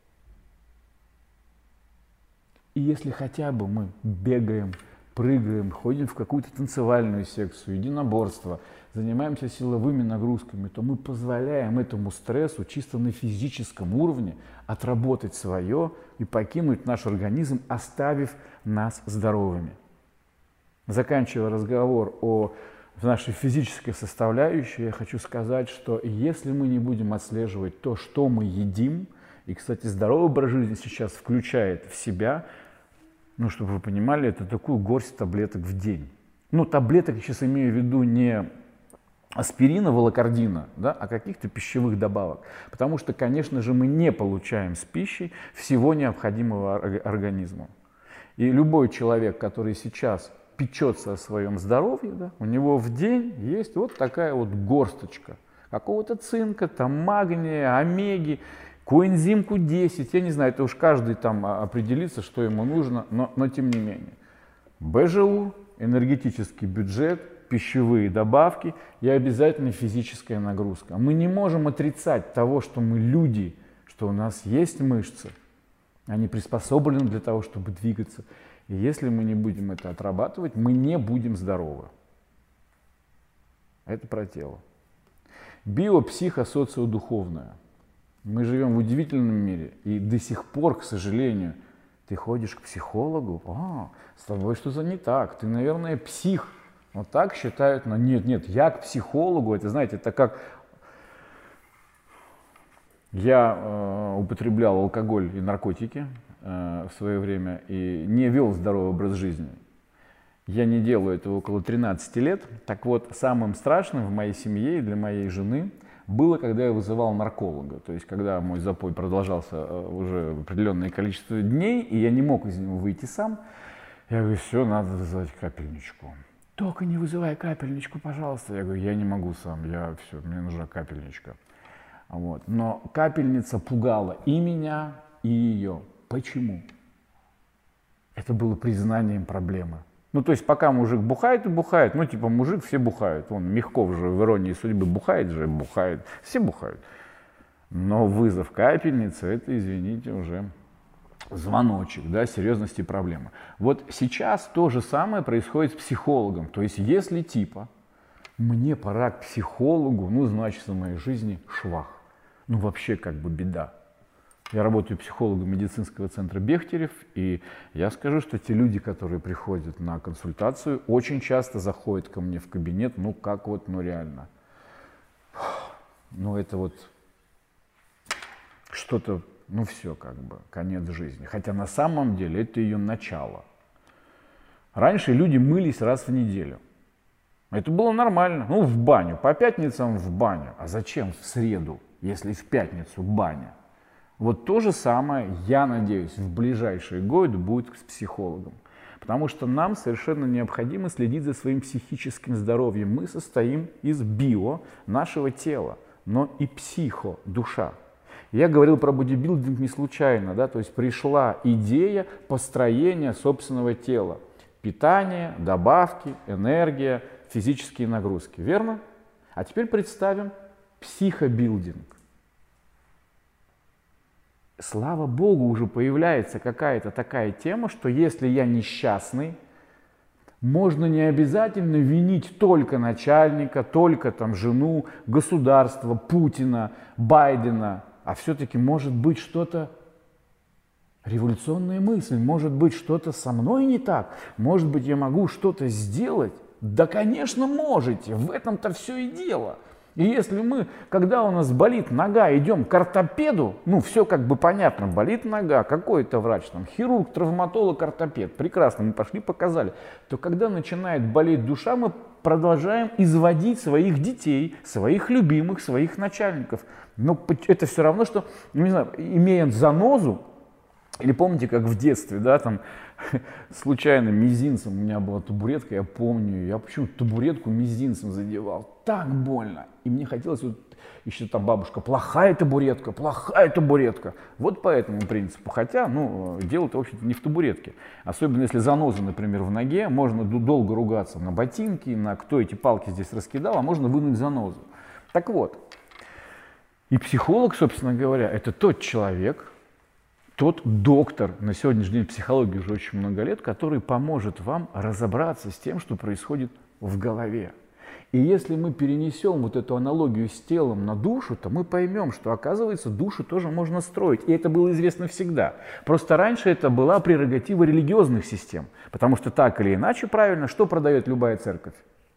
И если хотя бы мы бегаем, прыгаем, ходим в какую-то танцевальную секцию, единоборство, занимаемся силовыми нагрузками, то мы позволяем этому стрессу чисто на физическом уровне отработать свое и покинуть наш организм, оставив нас здоровыми. Заканчивая разговор о нашей физической составляющей, я хочу сказать, что если мы не будем отслеживать то, что мы едим, и, кстати, здоровый образ жизни сейчас включает в себя, ну, чтобы вы понимали, это такую горсть таблеток в день. Ну, таблеток я сейчас имею в виду не аспирина, волокордина, да, а каких-то пищевых добавок. Потому что, конечно же, мы не получаем с пищей всего необходимого организму. И любой человек, который сейчас печется о своем здоровье, да, у него в день есть вот такая вот горсточка какого-то цинка, там магния, омеги, коэнзим ку десять, я не знаю, это уж каждый там определится, что ему нужно, но, но тем не менее. БЖУ, энергетический бюджет, пищевые добавки и обязательно физическая нагрузка. Мы не можем отрицать того, что мы люди, что у нас есть мышцы, они приспособлены для того, чтобы двигаться. И если мы не будем это отрабатывать, мы не будем здоровы. Это про тело. Био, психо, социо-духовное. Мы живем в удивительном мире, и до сих пор, к сожалению, ты ходишь к психологу, а, с тобой что-то не так, ты, наверное, псих. Вот так считают, но нет, нет, я к психологу, это, знаете, это как я э, употреблял алкоголь и наркотики э, в свое время и не вел здоровый образ жизни. Я не делаю этого около тринадцати лет. Так вот, самым страшным в моей семье и для моей жены было, когда я вызывал нарколога. То есть, когда мой запой продолжался уже определенное количество дней, и я не мог из него выйти сам, я говорю, все, надо вызывать капельничку. Только не вызывай капельничку, пожалуйста. Я говорю, я не могу сам, я все, мне нужна капельничка. Вот. Но капельница пугала и меня, и ее. Почему? Это было признанием проблемы. Ну, то есть, пока мужик бухает и бухает, ну, типа, мужик, все бухают. Вон, Мягков же в «Иронии судьбы» бухает же, бухает. Все бухают. Но вызов капельницы, это, извините, уже звоночек, да, серьезности проблемы. Вот сейчас то же самое происходит с психологом. То есть, если типа, мне пора к психологу, ну, значит, в моей жизни швах. Ну, вообще, как бы беда. Я работаю психологом медицинского центра Бехтерев, и я скажу, что те люди, которые приходят на консультацию, очень часто заходят ко мне в кабинет, ну, как вот, ну, реально. Ну, это вот что-то, ну, все как бы, конец жизни. Хотя на самом деле это ее начало. Раньше люди мылись раз в неделю. Это было нормально. Ну, в баню, по пятницам в баню. А зачем в среду, если в пятницу баня? Вот то же самое, я надеюсь, в ближайшие годы будет с психологом. Потому что нам совершенно необходимо следить за своим психическим здоровьем. Мы состоим из био, нашего тела, но и психо, душа. Я говорил про бодибилдинг не случайно, да? То есть пришла идея построения собственного тела. Питание, добавки, энергия, физические нагрузки. Верно? А теперь представим психобилдинг. Слава Богу, уже появляется какая-то такая тема, что если я несчастный, можно не обязательно винить только начальника, только там жену, государство, Путина, Байдена, а все-таки может быть что-то, революционная мысль, может быть что-то со мной не так, может быть я могу что-то сделать. Да, конечно, можете, в этом-то все и дело. И если мы, когда у нас болит нога, идем к ортопеду, ну, все как бы понятно, болит нога, какой-то врач, там, хирург, травматолог, ортопед, прекрасно, мы пошли, показали, то когда начинает болеть душа, мы продолжаем изводить своих детей, своих любимых, своих начальников. Но это все равно, что, ну, не знаю, имея занозу, или помните, как в детстве, да, там, случайно мизинцем, у меня была табуретка, я помню, я почему-то табуретку мизинцем задевал, так больно. И мне хотелось, вот, еще там бабушка, плохая табуретка, плохая табуретка. Вот по этому принципу. Хотя, ну, дело-то, в общем-то, не в табуретке. Особенно если заноза, например, в ноге, можно долго ругаться на ботинки, на кто эти палки здесь раскидал, а можно вынуть занозу. Так вот, и психолог, собственно говоря, это тот человек, тот доктор, на сегодняшний день психологии уже очень много лет, который поможет вам разобраться с тем, что происходит в голове. И если мы перенесем вот эту аналогию с телом на душу, то мы поймем, что, оказывается, душу тоже можно строить. И это было известно всегда. Просто раньше это была прерогатива религиозных систем. Потому что так или иначе, правильно, что продает любая церковь?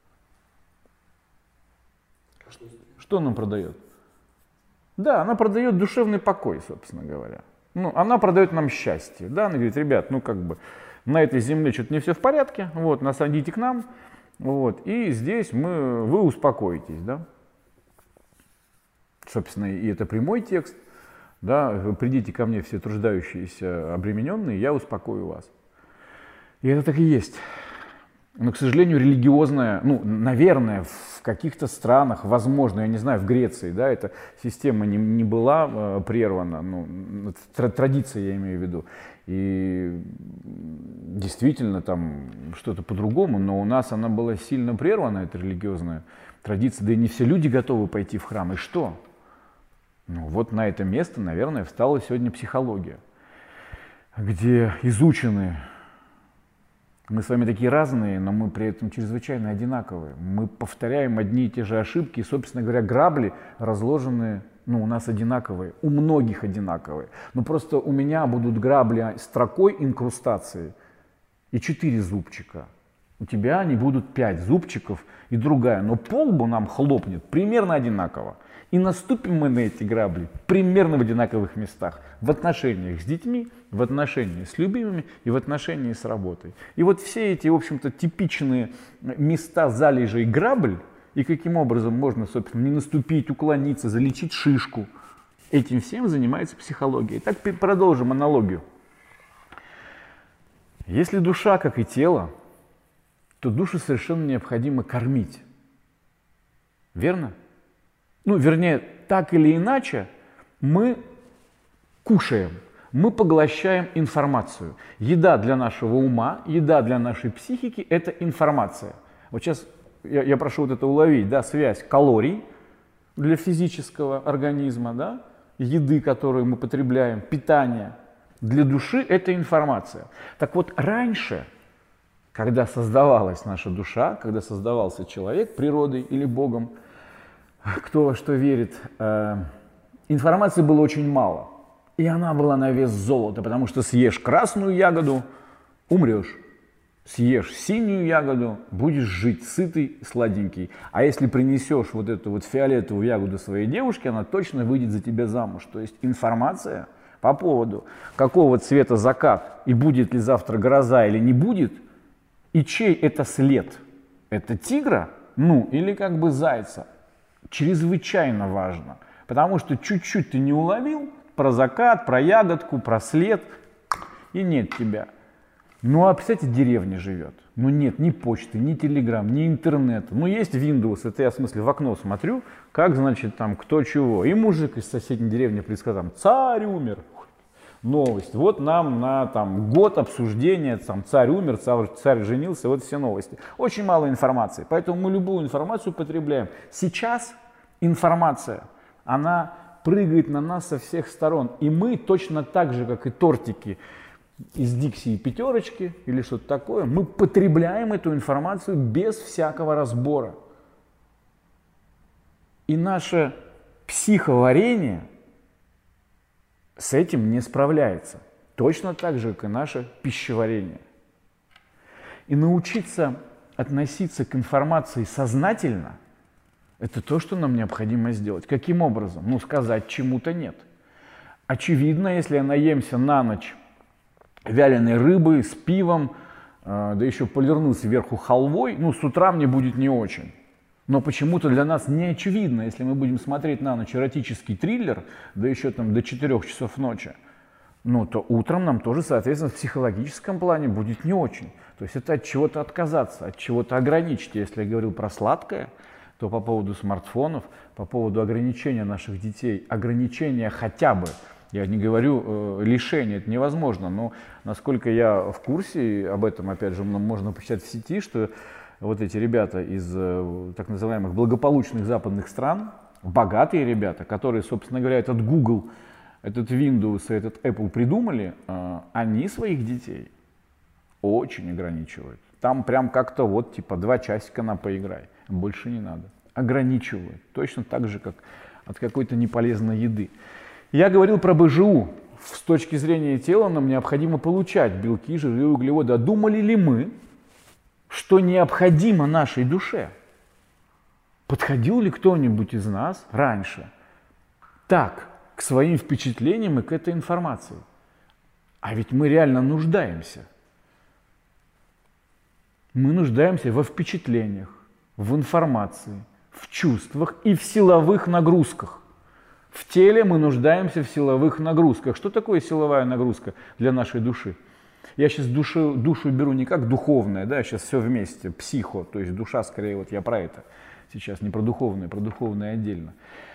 Что нам продает? Да, она продает душевный покой, собственно говоря. Ну, она продает нам счастье. Да? Она говорит, ребят, ну как бы на этой земле что-то не все в порядке, вот, насадите к нам. Вот, и здесь мы, вы успокоитесь, да. Собственно, и это прямой текст, да, придите ко мне все труждающиеся, обремененные, я успокою вас. И это так и есть. Но, к сожалению, религиозная, ну, наверное, в каких-то странах, возможно, я не знаю, в Греции, да, эта система не, не была э, прервана, ну, традиция я имею в виду. И действительно там что-то по-другому, но у нас она была сильно прервана, эта религиозная традиция, да и не все люди готовы пойти в храм. И что? Ну вот на это место, наверное, встала сегодня психология, где изучены, мы с вами такие разные, но мы при этом чрезвычайно одинаковые. Мы повторяем одни и те же ошибки, и, собственно говоря, грабли разложенные, ну, у нас одинаковые, у многих одинаковые. Но просто у меня будут грабли строкой инкрустации и четыре зубчика. У тебя они будут пять зубчиков и другая. Но по лбу нам хлопнет примерно одинаково. И наступим мы на эти грабли примерно в одинаковых местах. В отношениях с детьми, в отношениях с любимыми и в отношении с работой. И вот все эти, в общем-то, типичные места залежей грабль, и каким образом можно, собственно, не наступить, уклониться, залечить шишку. Этим всем занимается психология. Итак, продолжим аналогию. Если душа, как и тело, то душу совершенно необходимо кормить. Верно? Ну, вернее, так или иначе, мы кушаем, мы поглощаем информацию. Еда для нашего ума, еда для нашей психики – это информация. Вот сейчас я, я прошу вот это уловить, да, связь калорий для физического организма, да, еды, которую мы потребляем, питание для души – это информация. Так вот, раньше, когда создавалась наша душа, когда создавался человек природой или Богом, кто во что верит, э, информации было очень мало. И она была на вес золота, потому что съешь красную ягоду – умрешь. Съешь синюю ягоду – будешь жить сытый, сладенький. А если принесешь вот эту вот фиолетовую ягоду своей девушке, она точно выйдет за тебя замуж. То есть информация по поводу, какого цвета закат и будет ли завтра гроза или не будет, и чей это след – это тигра, ну или как бы зайца. Чрезвычайно важно, потому что чуть-чуть ты не уловил про закат, про ягодку, про след, и нет тебя. Ну а, представьте, деревня живет. Ну нет ни почты, ни телеграм, ни интернета. Ну есть Windows, это я в смысле в окно смотрю, как, значит, там кто чего. И мужик из соседней деревни предсказал, царь умер. Новость. Вот нам на там, год обсуждения, там, царь умер, царь, царь женился, вот все новости. Очень мало информации, поэтому мы любую информацию потребляем. Сейчас информация, она прыгает на нас со всех сторон. И мы точно так же, как и тортики из Дикси и пятерочки или что-то такое, мы потребляем эту информацию без всякого разбора. И наше психоварение с этим не справляется. Точно так же, как и наше пищеварение. И научиться относиться к информации сознательно – это то, что нам необходимо сделать. Каким образом? Ну, сказать чему-то нет. Очевидно, если я наемся на ночь вяленой рыбы с пивом, э, да еще полирну сверху халвой, ну, с утра мне будет не очень. Но почему-то для нас не очевидно, если мы будем смотреть на ночь эротический триллер, да еще там до четырёх часов ночи, ну, то утром нам тоже, соответственно, в психологическом плане будет не очень. То есть это от чего-то отказаться, от чего-то ограничить. Если я говорил про сладкое, то по поводу смартфонов, по поводу ограничения наших детей, ограничения хотя бы, я не говорю э, лишения, это невозможно, но насколько я в курсе, об этом, опять же, можно почитать в сети, что вот эти ребята из э, так называемых благополучных западных стран, богатые ребята, которые, собственно говоря, этот Google, этот Windows и этот Apple придумали, э, они своих детей очень ограничивают. Там прям как-то вот типа два часика на поиграй. больше не надо. Ограничиваю. Точно так же, как от какой-то неполезной еды. Я говорил про бэ жэ у. С точки зрения тела нам необходимо получать белки, жиры и углеводы. А думали ли мы, что необходимо нашей душе? Подходил ли кто-нибудь из нас раньше так к своим впечатлениям и к этой информации? А ведь мы реально нуждаемся. Мы нуждаемся во впечатлениях, в информации, в чувствах и в силовых нагрузках. В теле мы нуждаемся в силовых нагрузках. Что такое силовая нагрузка для нашей души? Я сейчас душу, душу беру не как духовное, да, сейчас все вместе, психо, то есть душа, скорее, вот я про это сейчас, не про духовное, про духовное отдельно.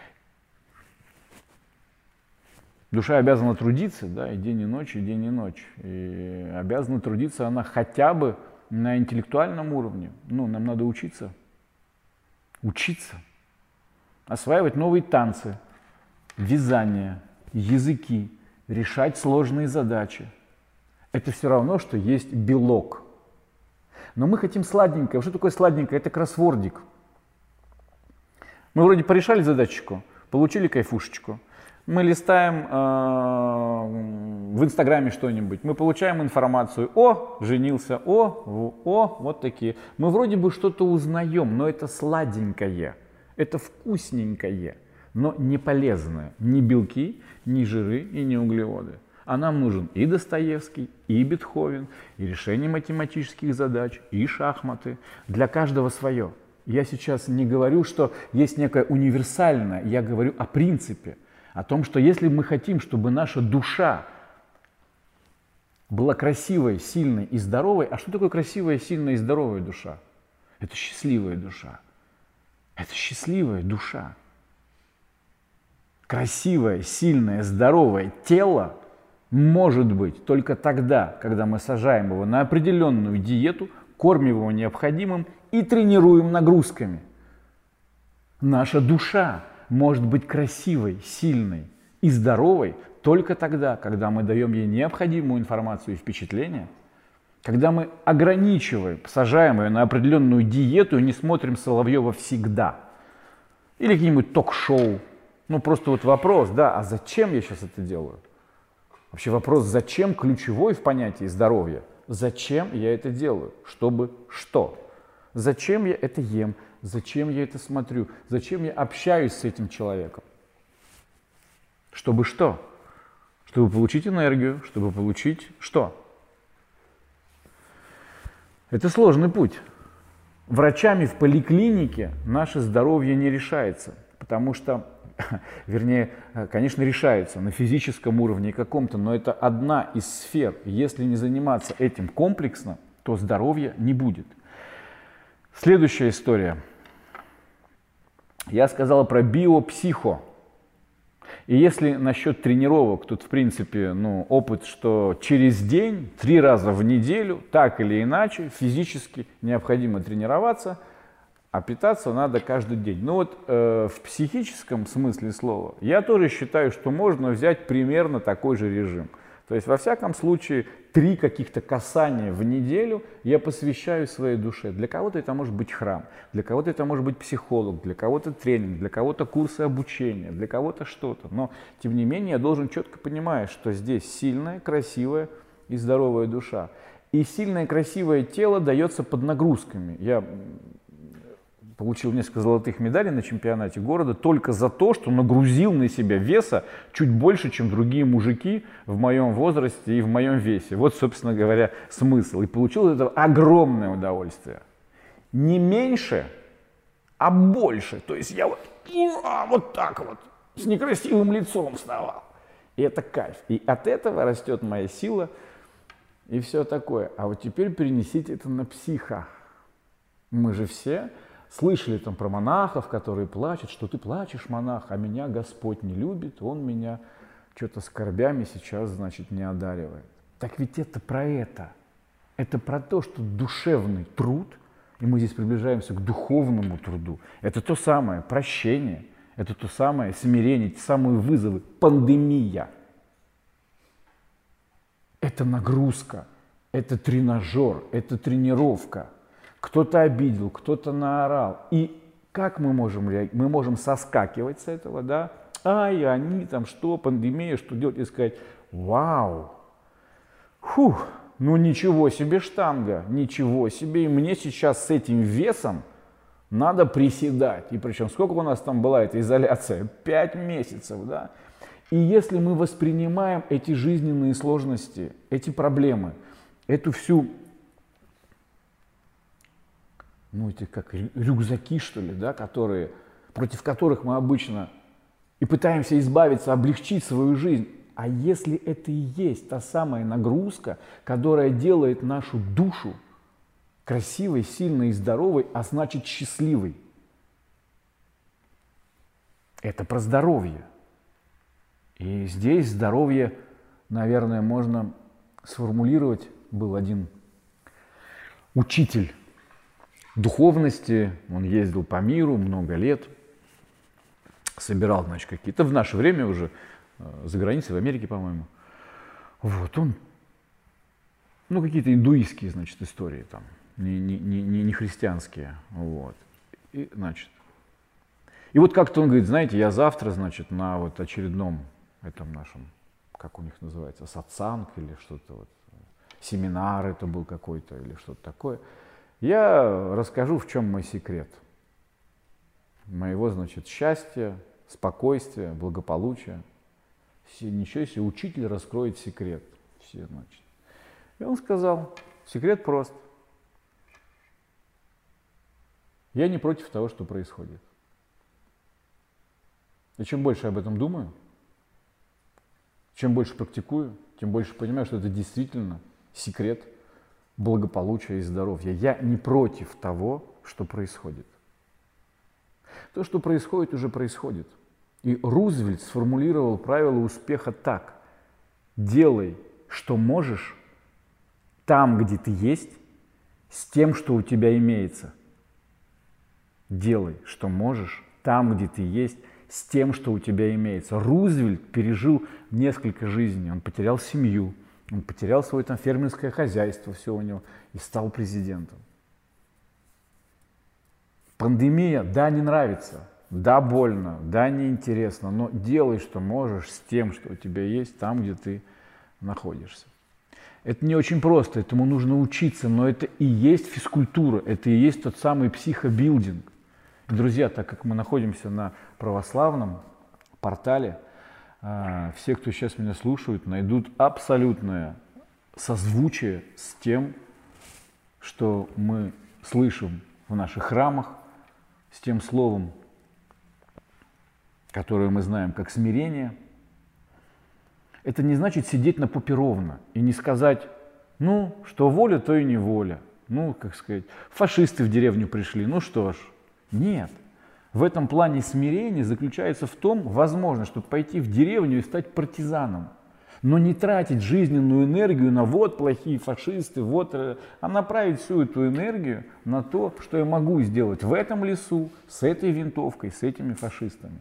Душа обязана трудиться, да, и день и ночь, и день и ночь. И обязана трудиться она хотя бы на интеллектуальном уровне. Ну, нам надо учиться. Учиться. Осваивать новые танцы, вязание, языки, решать сложные задачи. Это все равно, что есть белок. Но мы хотим сладенькое. Что такое сладенькое? Это кроссвордик. Мы вроде порешали задачечку, получили кайфушечку. Мы листаем э, в Инстаграме что-нибудь, мы получаем информацию, о, женился, о, о, вот такие. Мы вроде бы что-то узнаем, но это сладенькое, это вкусненькое, но не полезное. Ни белки, ни жиры и ни углеводы. А нам нужен и Достоевский, и Бетховен, и решение математических задач, и шахматы. Для каждого свое. Я сейчас не говорю, что есть некое универсальное, я говорю о принципе. О том, что если мы хотим, чтобы наша душа была красивой, сильной и здоровой, а что такое красивая, сильная и здоровая душа? Это счастливая душа. Это счастливая душа. Красивое, сильное, здоровое тело может быть только тогда, когда мы сажаем его на определенную диету, кормим его необходимым и тренируем нагрузками. Наша душа может быть красивой, сильной и здоровой только тогда, когда мы даем ей необходимую информацию и впечатления, когда мы ограничиваем, сажаем ее на определенную диету и не смотрим Соловьева всегда. Или какие-нибудь ток-шоу. Ну просто вот вопрос, да, а зачем я сейчас это делаю? Вообще вопрос, зачем ключевой в понятии здоровья? Зачем я это делаю? Чтобы что? Зачем я это ем? Зачем я это смотрю? Зачем я общаюсь с этим человеком? Чтобы что? Чтобы получить энергию, чтобы получить что? Это сложный путь. Врачами в поликлинике наше здоровье не решается, потому что, вернее, конечно, решается на физическом уровне каком-то, но это одна из сфер. Если не заниматься этим комплексно, то здоровья не будет. Следующая история. Я сказал про биопсихо. И если насчет тренировок, тут в принципе ну, опыт, что через день, три раза в неделю, так или иначе, физически необходимо тренироваться, а питаться надо каждый день. Ну вот э, в психическом смысле слова я тоже считаю, что можно взять примерно такой же режим. То есть во всяком случае три каких-то касания в неделю я посвящаю своей душе. Для кого-то это может быть храм, для кого-то это может быть психолог, для кого-то тренинг, для кого-то курсы обучения, для кого-то что-то. Но тем не менее я должен четко понимать, что здесь сильная, красивая и здоровая душа. И сильное, красивое тело дается под нагрузками. Я получил несколько золотых медалей на чемпионате города только за то, что нагрузил на себя веса чуть больше, чем другие мужики в моем возрасте и в моем весе. Вот, собственно говоря, смысл. И получил от этого огромное удовольствие. Не меньше, а больше. То есть я вот, вот так вот с некрасивым лицом вставал. И это кайф. И от этого растет моя сила и все такое. А вот теперь перенесите это на психо. Мы же все слышали там про монахов, которые плачут, что ты плачешь, монах, а меня Господь не любит, Он меня что-то скорбями сейчас, значит, не одаривает. Так ведь это про это. Это про то, что душевный труд, и мы здесь приближаемся к духовному труду, это то самое прощение, это то самое смирение, те самые вызовы, пандемия. Это нагрузка, это тренажер, это тренировка. кто-то обидел, кто-то наорал. И как мы можем реагировать? Мы можем соскакивать с этого, да? Ай, они там что, пандемия, что делать? И сказать, вау, фух, ну ничего себе штанга, ничего себе. И мне сейчас с этим весом надо приседать. И причем сколько у нас там была эта изоляция? Пять месяцев, да? И если мы воспринимаем эти жизненные сложности, эти проблемы, эту всю, ну эти как рюкзаки, что ли, да, которые, против которых мы обычно и пытаемся избавиться, облегчить свою жизнь. А если это и есть та самая нагрузка, которая делает нашу душу красивой, сильной и здоровой, а значит счастливой. Это про здоровье. И здесь здоровье, наверное, можно сформулировать. Был один учитель духовности, он ездил по миру много лет, собирал, значит, какие-то, в наше время уже, за границей, в Америке, по-моему. Вот, он, ну, какие-то индуистские, значит, истории там, не, не, не, не христианские, вот. И, значит, и вот как-то он говорит, знаете, я завтра, значит, на вот очередном этом нашем, как у них называется, сатсанг или что-то вот, семинар это был какой-то или что-то такое, я расскажу, в чем мой секрет моего, значит, счастья, спокойствия, благополучия. Все, ничего себе, учитель раскроет секрет. Все, значит. И он сказал, секрет прост. Я не против того, что происходит. И чем больше я об этом думаю, чем больше практикую, тем больше понимаю, что это действительно секрет благополучия и здоровья. Я не против того, что происходит. То, что происходит, уже происходит. И Рузвельт сформулировал правило успеха так. Делай, что можешь, там, где ты есть, с тем, что у тебя имеется. Делай, что можешь, там, где ты есть, с тем, что у тебя имеется. Рузвельт пережил несколько жизней. Он потерял семью, он потерял свое там фермерское хозяйство, все у него, и стал президентом. Пандемия, да, не нравится, да, больно, да, неинтересно, но делай, что можешь, с тем, что у тебя есть, там, где ты находишься. Это не очень просто, этому нужно учиться, но это и есть физкультура, это и есть тот самый психобилдинг. Друзья, так как мы находимся на православном портале, все, кто сейчас меня слушают, найдут абсолютное созвучие с тем, что мы слышим в наших храмах, с тем словом, которое мы знаем как смирение. Это не значит сидеть на попе ровно и не сказать, ну, что воля, то и не воля. Ну, как сказать, фашисты в деревню пришли, ну что ж. Нет. В этом плане смирение заключается в том, возможно, чтобы пойти в деревню и стать партизаном, но не тратить жизненную энергию на вот плохие фашисты, вот, а направить всю эту энергию на то, что я могу сделать в этом лесу, с этой винтовкой, с этими фашистами.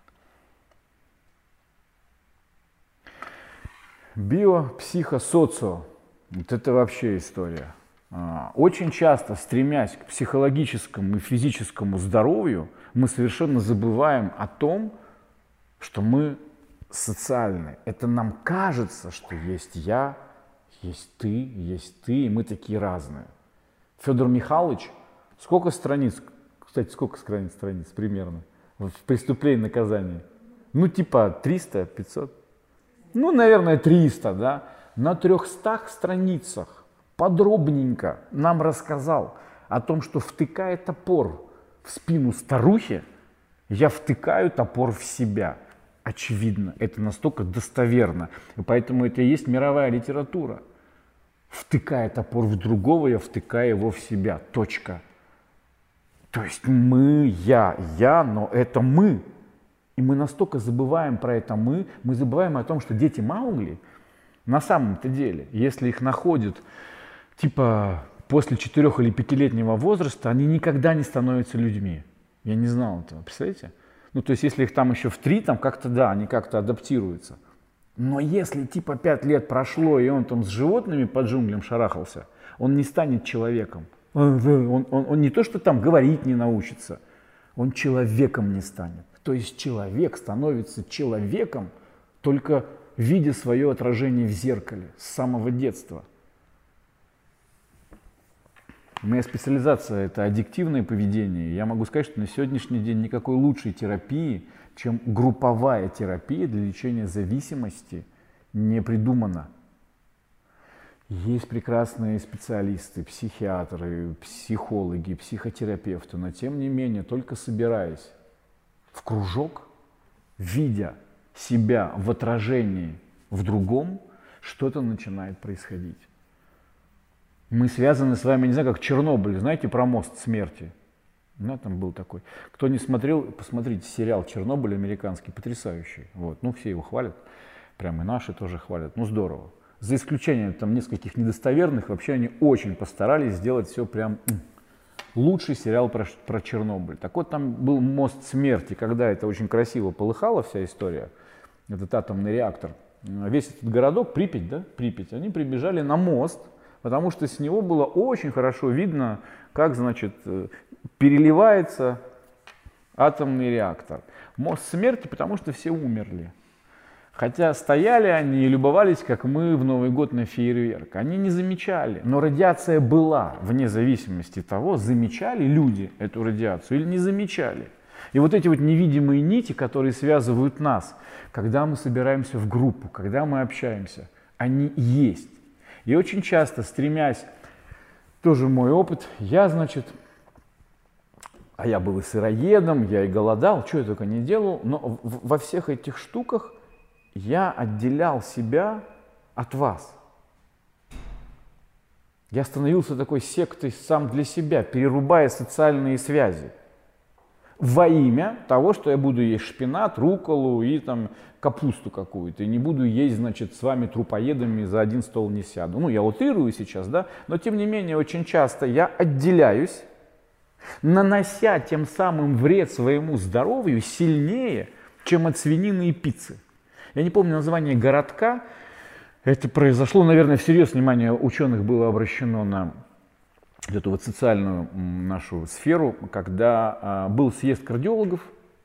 Био, психо, социо. Вот это вообще история. Очень часто, стремясь к психологическому и физическому здоровью, мы совершенно забываем о том, что мы социальны. Это нам кажется, что есть я, есть ты, есть ты, и мы такие разные. Федор Михайлович, сколько страниц, кстати, сколько страниц, страниц примерно в «Преступлении и наказании»? Ну, типа триста, пятьсот? Ну, наверное, триста, да? На трехстах страницах подробненько нам рассказал о том, что втыкая топор в спину старухи, я втыкаю топор в себя. Очевидно, это настолько достоверно. И поэтому это и есть мировая литература. Втыкая топор в другого, я втыкаю его в себя. Точка. То есть мы, я, я, но это мы. И мы настолько забываем про это мы, мы забываем о том, что дети Маугли, на самом-то деле, если их находят, типа, после четырех- или пятилетнего возраста, они никогда не становятся людьми. Я не знал этого, представляете? Ну, то есть, если их там еще в три, там как-то, да, они как-то адаптируются. Но если, типа, пять лет прошло, и он там с животными по джунглям шарахался, он не станет человеком. Он, он, он не то, что там говорить не научится, он человеком не станет. То есть человек становится человеком, только видя свое отражение в зеркале с самого детства. Моя специализация – это аддиктивное поведение. Я могу сказать, что на сегодняшний день никакой лучшей терапии, чем групповая терапия для лечения зависимости, не придумана. Есть прекрасные специалисты, психиатры, психологи, психотерапевты, но тем не менее, только собираясь в кружок, видя себя в отражении в другом, что-то начинает происходить. Мы связаны с вами, не знаю, как Чернобыль, знаете, про мост смерти? Да, там был такой. Кто не смотрел, посмотрите сериал «Чернобыль» американский, потрясающий. Вот. Ну, все его хвалят, прямо и наши тоже хвалят. Ну, здорово. За исключением там нескольких недостоверных, вообще они очень постарались сделать все прям лучший сериал про, про Чернобыль. Так вот, там был мост смерти, когда это очень красиво полыхала вся история, этот атомный реактор. Весь этот городок, Припять, да, Припять, они прибежали на мост, потому что с него было очень хорошо видно, как, значит, переливается атомный реактор. Мост смерти, потому что все умерли. Хотя стояли они и любовались, как мы в Новый год на фейерверк. Они не замечали, но радиация была, вне зависимости от того, замечали люди эту радиацию или не замечали. И вот эти вот невидимые нити, которые связывают нас, когда мы собираемся в группу, когда мы общаемся, они есть. И очень часто, стремясь, тоже мой опыт, я, значит, а я был и сыроедом, я и голодал, что я только не делал, но во всех этих штуках я отделял себя от вас. Я становился такой сектой сам для себя, перерубая социальные связи. Во имя того, что я буду есть шпинат, рукколу и там капусту какую-то. И не буду есть, значит, с вами трупоедами за один стол не сяду. Ну, я утрирую сейчас, да, но тем не менее очень часто я отделяюсь, нанося тем самым вред своему здоровью сильнее, чем от свинины и пиццы. Я не помню название городка. Это произошло, наверное, всерьез внимание ученых было обращено на эту вот социальную нашу сферу, когда а, был съезд кардиологов.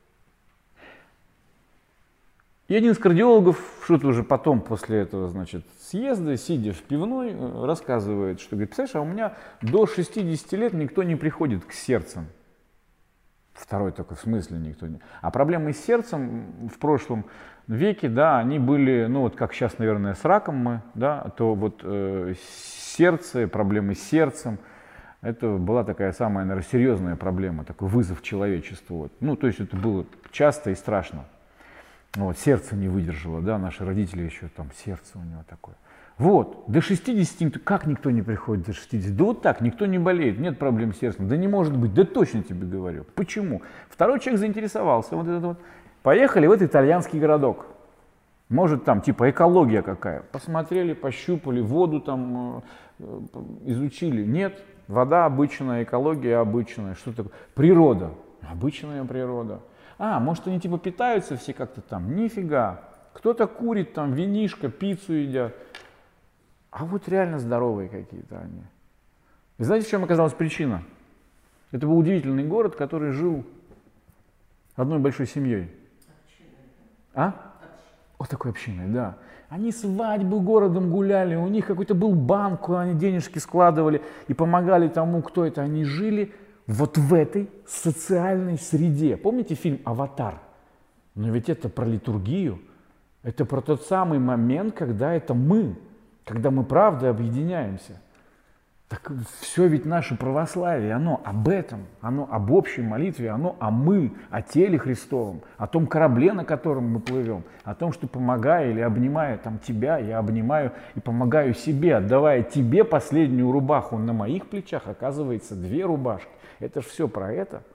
И один из кардиологов, что-то уже потом, после этого, значит, съезда, сидя в пивной, рассказывает, что, говорит, представляешь, а у меня до шестидесяти лет никто не приходит к сердцу. Второй такой, в смысле никто не... А проблемы с сердцем в прошлом веке, да, они были, ну вот как сейчас, наверное, с раком мы, да, то вот э, сердце, проблемы с сердцем, это была такая самая, наверное, серьезная проблема, такой вызов человечеству. Вот. Ну, то есть это было часто и страшно. Вот, сердце не выдержало, да, наши родители еще там, сердце у него такое. Вот, до шестидесяти, как никто не приходит до шестидесяти? Да вот так, никто не болеет, нет проблем с сердцем. Да не может быть, да точно тебе говорю. Почему? Второй человек заинтересовался, вот этот вот. Поехали в этот итальянский городок. Может там типа экология какая. Посмотрели, пощупали, воду там э, изучили. Нет, вода обычная, экология обычная. Что такое? Природа. Обычная природа. А, может они типа питаются все как-то там? Нифига. Кто-то курит там, винишко, пиццу едят. А вот реально здоровые какие-то они. И знаете, в чем оказалась причина? Это был удивительный город, который жил одной большой семьей. А? Вот такой общиной, да. Они свадьбы городом гуляли, у них какой-то был банк, куда они денежки складывали и помогали тому, кто это. Они жили вот в этой социальной среде. Помните фильм «Аватар»? Но ведь это про литургию, это про тот самый момент, когда это мы, когда мы правда объединяемся. Так все ведь наше православие, оно об этом, оно об общей молитве, оно о мы, о теле Христовом, о том корабле, на котором мы плывем, о том, что помогая или обнимая там тебя, я обнимаю и помогаю себе, отдавая тебе последнюю рубаху на моих плечах, оказывается две рубашки. Это же все про это.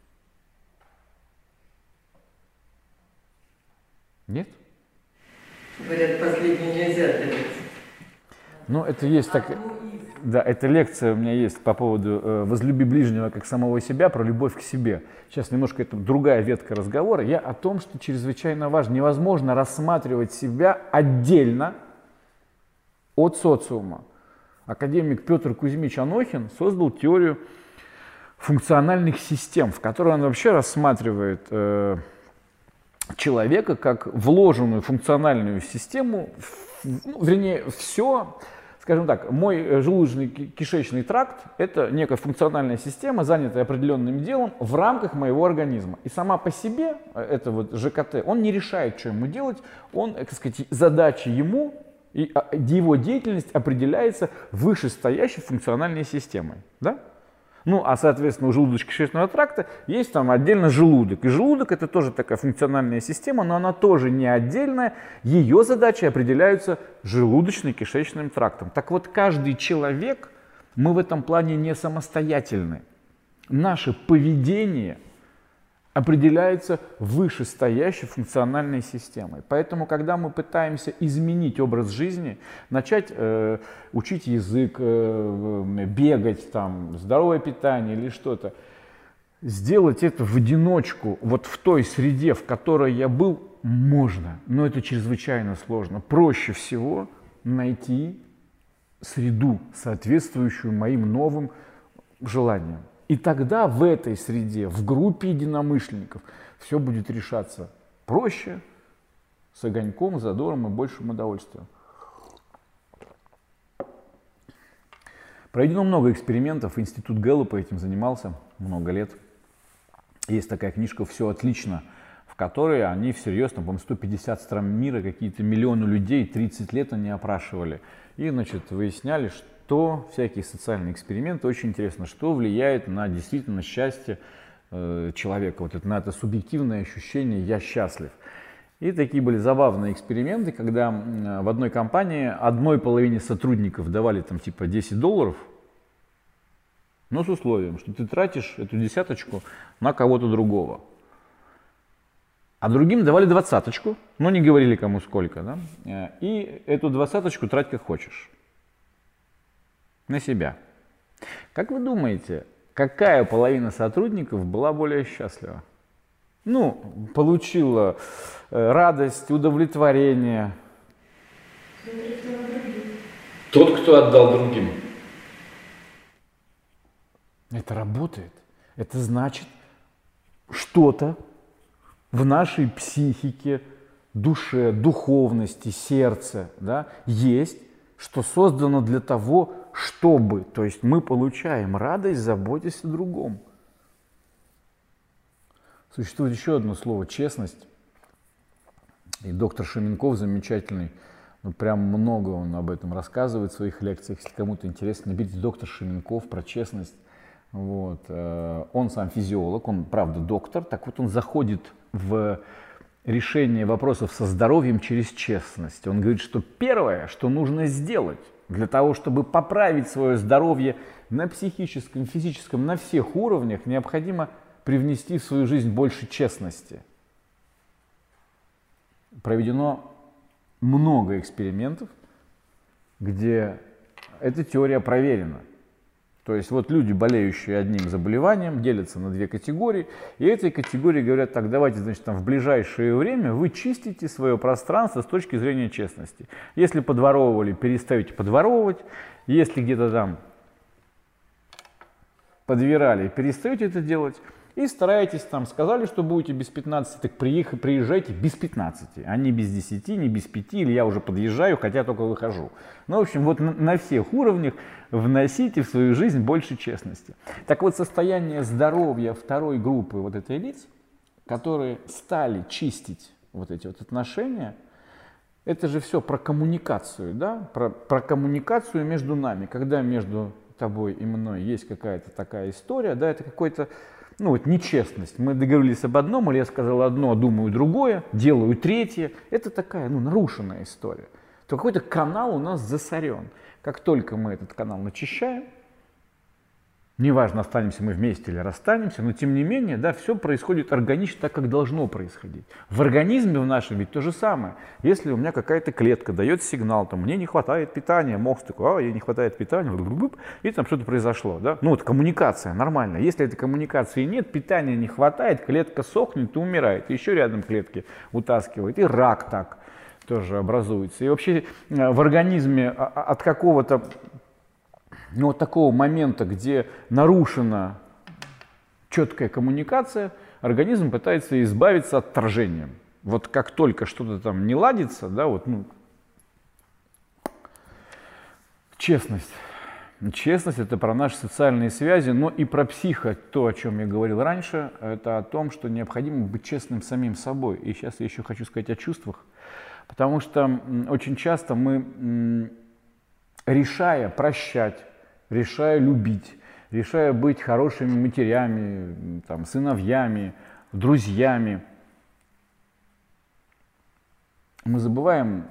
Нет? Говорят, последнюю нельзя давать. Ну, это есть так... Да, эта лекция у меня есть по поводу э, «Возлюби ближнего как самого себя», про любовь к себе. Сейчас немножко это другая ветка разговора. Я о том, что чрезвычайно важно. Невозможно рассматривать себя отдельно от социума. Академик Петр Кузьмич Анохин создал теорию функциональных систем, в которой он вообще рассматривает э, человека как вложенную функциональную систему, ну, вернее, все, скажем так, мой желудочно-кишечный тракт – это некая функциональная система, занятая определенным делом в рамках моего организма. И сама по себе, это вот ЖКТ, он не решает, что ему делать, он, так сказать, задачи ему, и его деятельность определяется вышестоящей функциональной системой. Да? Ну, а, соответственно, у желудочно-кишечного тракта есть там отдельно желудок. И желудок — это тоже такая функциональная система, но она тоже не отдельная. Ее задачи определяются желудочно-кишечным трактом. Так вот, каждый человек, мы в этом плане не самостоятельны. Наше поведение определяется вышестоящей функциональной системой. Поэтому, когда мы пытаемся изменить образ жизни, начать э, учить язык, э, бегать, там, здоровое питание или что-то, сделать это в одиночку, вот в той среде, в которой я был, можно, но это чрезвычайно сложно. Проще всего найти среду, соответствующую моим новым желаниям. И тогда в этой среде, в группе единомышленников, все будет решаться проще, с огоньком, задором и большим удовольствием. Проведено много экспериментов, Институт Гэллопа этим занимался много лет. Есть такая книжка «Все отлично», в которой они всерьез, там, по-моему, сто пятьдесят стран мира, какие-то миллионы людей, тридцать лет они опрашивали. И, значит, выясняли, что то всякие социальные эксперименты, очень интересно, что влияет на действительно счастье э, человека, вот это, на это субъективное ощущение «я счастлив». И такие были забавные эксперименты, когда э, в одной компании одной половине сотрудников давали там типа десять долларов, но с условием, что ты тратишь эту десяточку на кого-то другого. А другим давали двадцаточку, но не говорили кому сколько, да? И эту двадцаточку трать как хочешь. На себя. Как вы думаете, какая половина сотрудников была более счастлива? Ну, получила э, радость, удовлетворение. Тот, кто отдал другим. Это работает. Это значит, что-то в нашей психике, душе, духовности, сердце, да, есть, что создано для того, чтобы, то есть мы получаем радость, заботясь о другом. Существует еще одно слово — честность. И доктор Шаменков замечательный, ну прям много он об этом рассказывает в своих лекциях. Если кому-то интересно, наберите доктор Шаменков про честность. Вот. Он сам физиолог, он правда доктор. Так вот он заходит в решение вопросов со здоровьем через честность. Он говорит, что первое, что нужно сделать для того, чтобы поправить свое здоровье на психическом, физическом, на всех уровнях, необходимо привнести в свою жизнь больше честности. Проведено много экспериментов, где эта теория проверена. То есть вот люди, болеющие одним заболеванием, делятся на две категории, и этой категории говорят: так, давайте, значит, там, в ближайшее время вы чистите свое пространство с точки зрения честности. Если подворовывали, перестаете подворовывать, если где-то там подвирали, перестаете это делать, и стараетесь, там, сказали, что будете без пятнадцати, так приехать, приезжайте без пятнадцати, а не без десяти, не без пяти, или я уже подъезжаю, хотя только выхожу. Ну, в общем, вот на, на всех уровнях вносите в свою жизнь больше честности. Так вот, состояние здоровья второй группы вот этой лиц, которые стали чистить вот эти вот отношения, это же все про коммуникацию, да, про, про коммуникацию между нами. Когда между тобой и мной есть какая-то такая история, да, это какой-то, ну вот, нечестность. Мы договорились об одном, или я сказал одно, думаю другое, делаю третье. Это такая, ну, нарушенная история. То какой-то канал у нас засорен. Как только мы этот канал начищаем, неважно, останемся мы вместе или расстанемся, но тем не менее, да, все происходит органично, так, как должно происходить. В организме в нашем ведь то же самое. Если у меня какая-то клетка дает сигнал, там, мне не хватает питания, мозг такой: а, ей не хватает питания, и там что-то произошло, да? Ну вот коммуникация нормальная. Если этой коммуникации нет, питания не хватает, клетка сохнет и умирает, и еще рядом клетки утаскивает, и рак так тоже образуется. И вообще в организме от какого-то Но вот такого момента, где нарушена четкая коммуникация, организм пытается избавиться от отторжения. Вот как только что-то там не ладится, да, вот, ну, честность. Честность — это про наши социальные связи, но и про психо, то, о чем я говорил раньше, это о том, что необходимо быть честным самим собой. И сейчас я еще хочу сказать о чувствах, потому что очень часто мы, решая прощать, решая любить, решая быть хорошими матерями, там, сыновьями, друзьями, мы забываем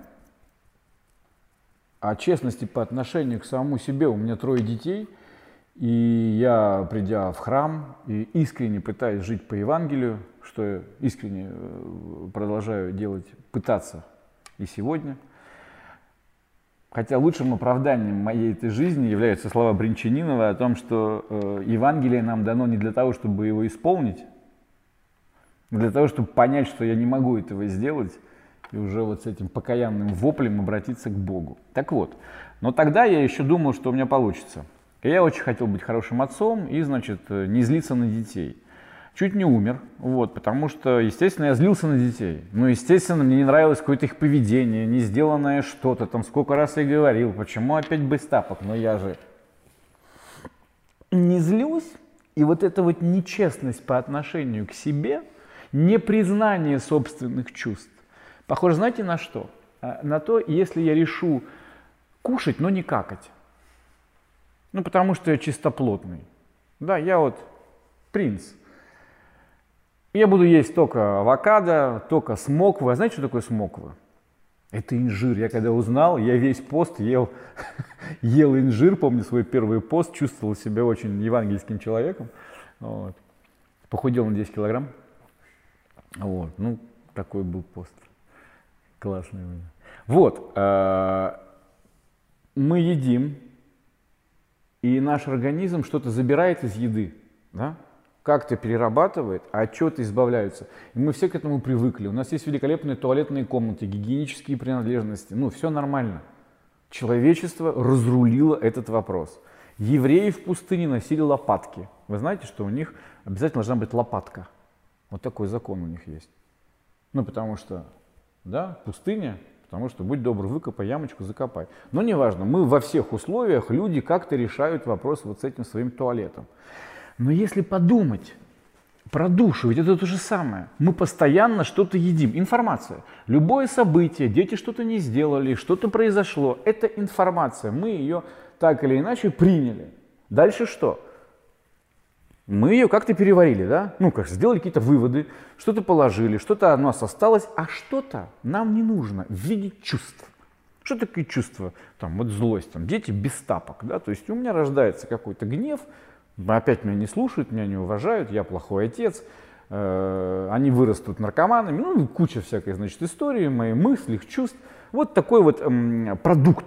о честности по отношению к самому себе. У меня трое детей, и я, придя в храм, и искренне пытаюсь жить по Евангелию, что я искренне продолжаю делать, пытаться и сегодня. Хотя лучшим оправданием моей этой жизни являются слова Бринчанинова о том, что э, Евангелие нам дано не для того, чтобы его исполнить, а для того, чтобы понять, что я не могу этого сделать, и уже вот с этим покаянным воплем обратиться к Богу. Так вот, но тогда я еще думал, что у меня получится. И я очень хотел быть хорошим отцом и, значит, не злиться на детей. Чуть не умер, вот, потому что, естественно, я злился на детей. Ну, естественно, мне не нравилось какое-то их поведение, не сделанное что-то, там, сколько раз я говорил, почему опять без тапок, но я же не злюсь. И вот эта вот нечестность по отношению к себе, непризнание собственных чувств, похоже, знаете, на что? На то, если я решу кушать, но не какать. Ну, потому что я чистоплотный. Да, я вот принц. Я буду есть только авокадо, только смоквы. А знаете, что такое смоквы? Это инжир. Я когда узнал, я весь пост ел, ел инжир. Помню свой первый пост, чувствовал себя очень евангельским человеком. Вот. Похудел на десять килограмм. Вот. Ну, такой был пост. Классный у меня. Вот, э, мы едим, и наш организм что-то забирает из еды, да? Как-то перерабатывает, а от чего-то избавляются. И мы все к этому привыкли. У нас есть великолепные туалетные комнаты, гигиенические принадлежности. Ну, все нормально. Человечество разрулило этот вопрос. Евреи в пустыне носили лопатки. Вы знаете, что у них обязательно должна быть лопатка. Вот такой закон у них есть. Ну, потому что... Да, пустыня, потому что, будь добр, выкопай ямочку, закопай. Но неважно, мы во всех условиях, люди как-то решают вопрос вот с этим своим туалетом. Но если подумать про душу, ведь это то же самое. Мы постоянно что-то едим. Информация. Любое событие, дети что-то не сделали, что-то произошло, это информация. Мы ее так или иначе приняли. Дальше что? Мы ее как-то переварили, да? Ну, как сделали какие-то выводы, что-то положили, что-то от нас осталось, а что-то нам не нужно в виде чувств. Что такое чувство? Там, вот злость, там, дети без тапок, да? То есть у меня рождается какой-то гнев, опять меня не слушают, меня не уважают, я плохой отец, э, они вырастут наркоманами, ну, куча всякой, значит, истории, моих мыслей, чувств. Вот такой вот эм, продукт.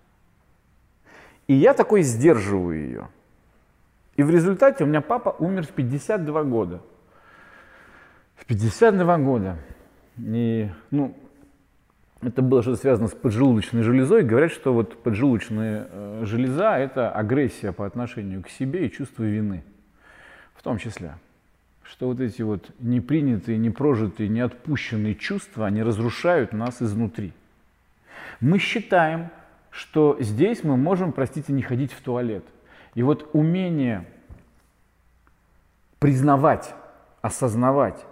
И я такой сдерживаю ее. И в результате у меня папа умер в пятьдесят два года. В пятьдесят два года. И, ну, это было что-то связано с поджелудочной железой. Говорят, что вот поджелудочная э, железа – это агрессия по отношению к себе и чувство вины. В том числе. Что вот эти вот непринятые, непрожитые, неотпущенные чувства, они разрушают нас изнутри. Мы считаем, что здесь мы можем, простите, не ходить в туалет. И вот умение признавать, осознавать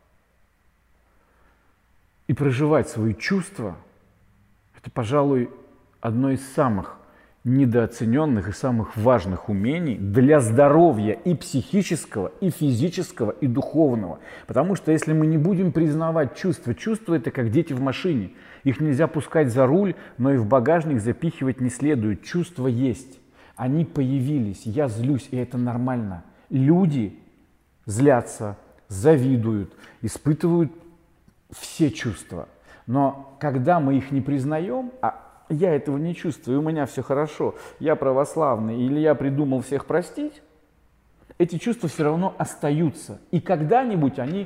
и проживать свои чувства – это, пожалуй, одно из самых недооцененных и самых важных умений для здоровья и психического, и физического, и духовного. Потому что если мы не будем признавать чувства, чувства – это как дети в машине. Их нельзя пускать за руль, но и в багажник запихивать не следует. Чувства есть. Они появились, я злюсь, и это нормально. Люди злятся, завидуют, испытывают все чувства. Но когда мы их не признаем, а я этого не чувствую, у меня все хорошо, я православный, или я придумал всех простить, эти чувства все равно остаются. И когда-нибудь они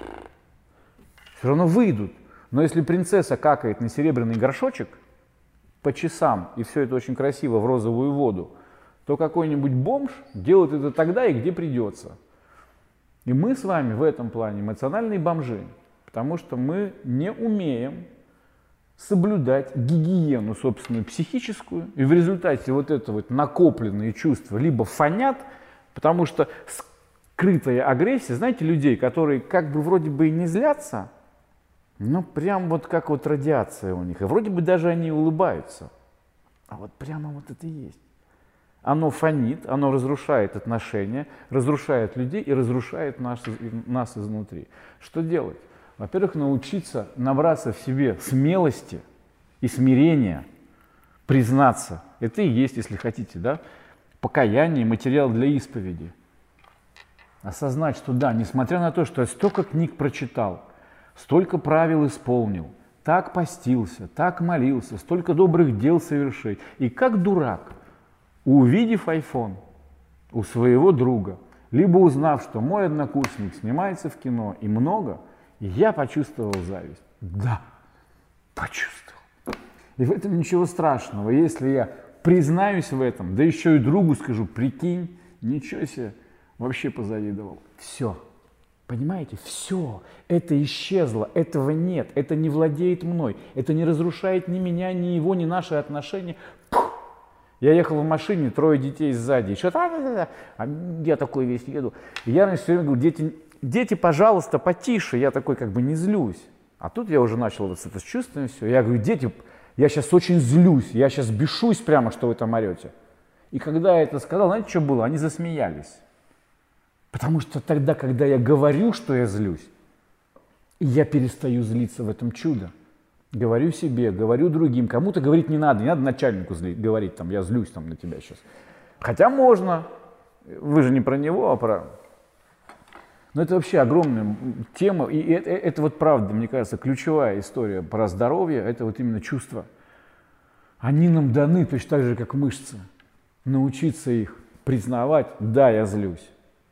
все равно выйдут. Но если принцесса какает на серебряный горшочек, по часам, и все это очень красиво в розовую воду, то какой-нибудь бомж делает это тогда и где придется. И мы с вами в этом плане эмоциональные бомжи, потому что мы не умеем соблюдать гигиену собственную психическую, и в результате вот это вот накопленные чувства либо фонят, потому что скрытая агрессия, знаете, людей, которые как бы вроде бы и не злятся, но прям вот как вот радиация у них, и вроде бы даже они улыбаются, а вот прямо вот это и есть. Оно фонит, оно разрушает отношения, разрушает людей и разрушает нас, нас изнутри. Что делать? Во-первых, научиться набраться в себе смелости и смирения, признаться. Это и есть, если хотите, да, покаяние, материал для исповеди. Осознать, что да, несмотря на то, что я столько книг прочитал, столько правил исполнил, так постился, так молился, столько добрых дел совершил, и как дурак, увидев айфон у своего друга, либо узнав, что мой однокурсник снимается в кино и много, я почувствовал зависть. Да, почувствовал. И в этом ничего страшного. Если я признаюсь в этом, да еще и другу скажу, прикинь, ничего себе, вообще позавидовал. Все. Понимаете? Все. Это исчезло. Этого нет. Это не владеет мной. Это не разрушает ни меня, ни его, ни наши отношения. Пух. Я ехал в машине, трое детей сзади. Что-то, а я такой весь еду. И я все время говорю, дети... Дети, пожалуйста, потише, я такой как бы не злюсь. А тут я уже начал вот это с чувством все. Я говорю, дети, я сейчас очень злюсь, я сейчас бешусь прямо, что вы там орете. И когда я это сказал, знаете, что было? Они засмеялись. Потому что тогда, когда я говорю, что я злюсь, я перестаю злиться в этом чудо. Говорю себе, говорю другим. Кому-то говорить не надо, не надо начальнику зли, говорить, там, я злюсь там, на тебя сейчас. Хотя можно, вы же не про него, а про... Но это вообще огромная тема, и это, это вот правда, мне кажется, ключевая история про здоровье, это вот именно чувства. Они нам даны точно так же, как мышцы. Научиться их признавать, да, я злюсь.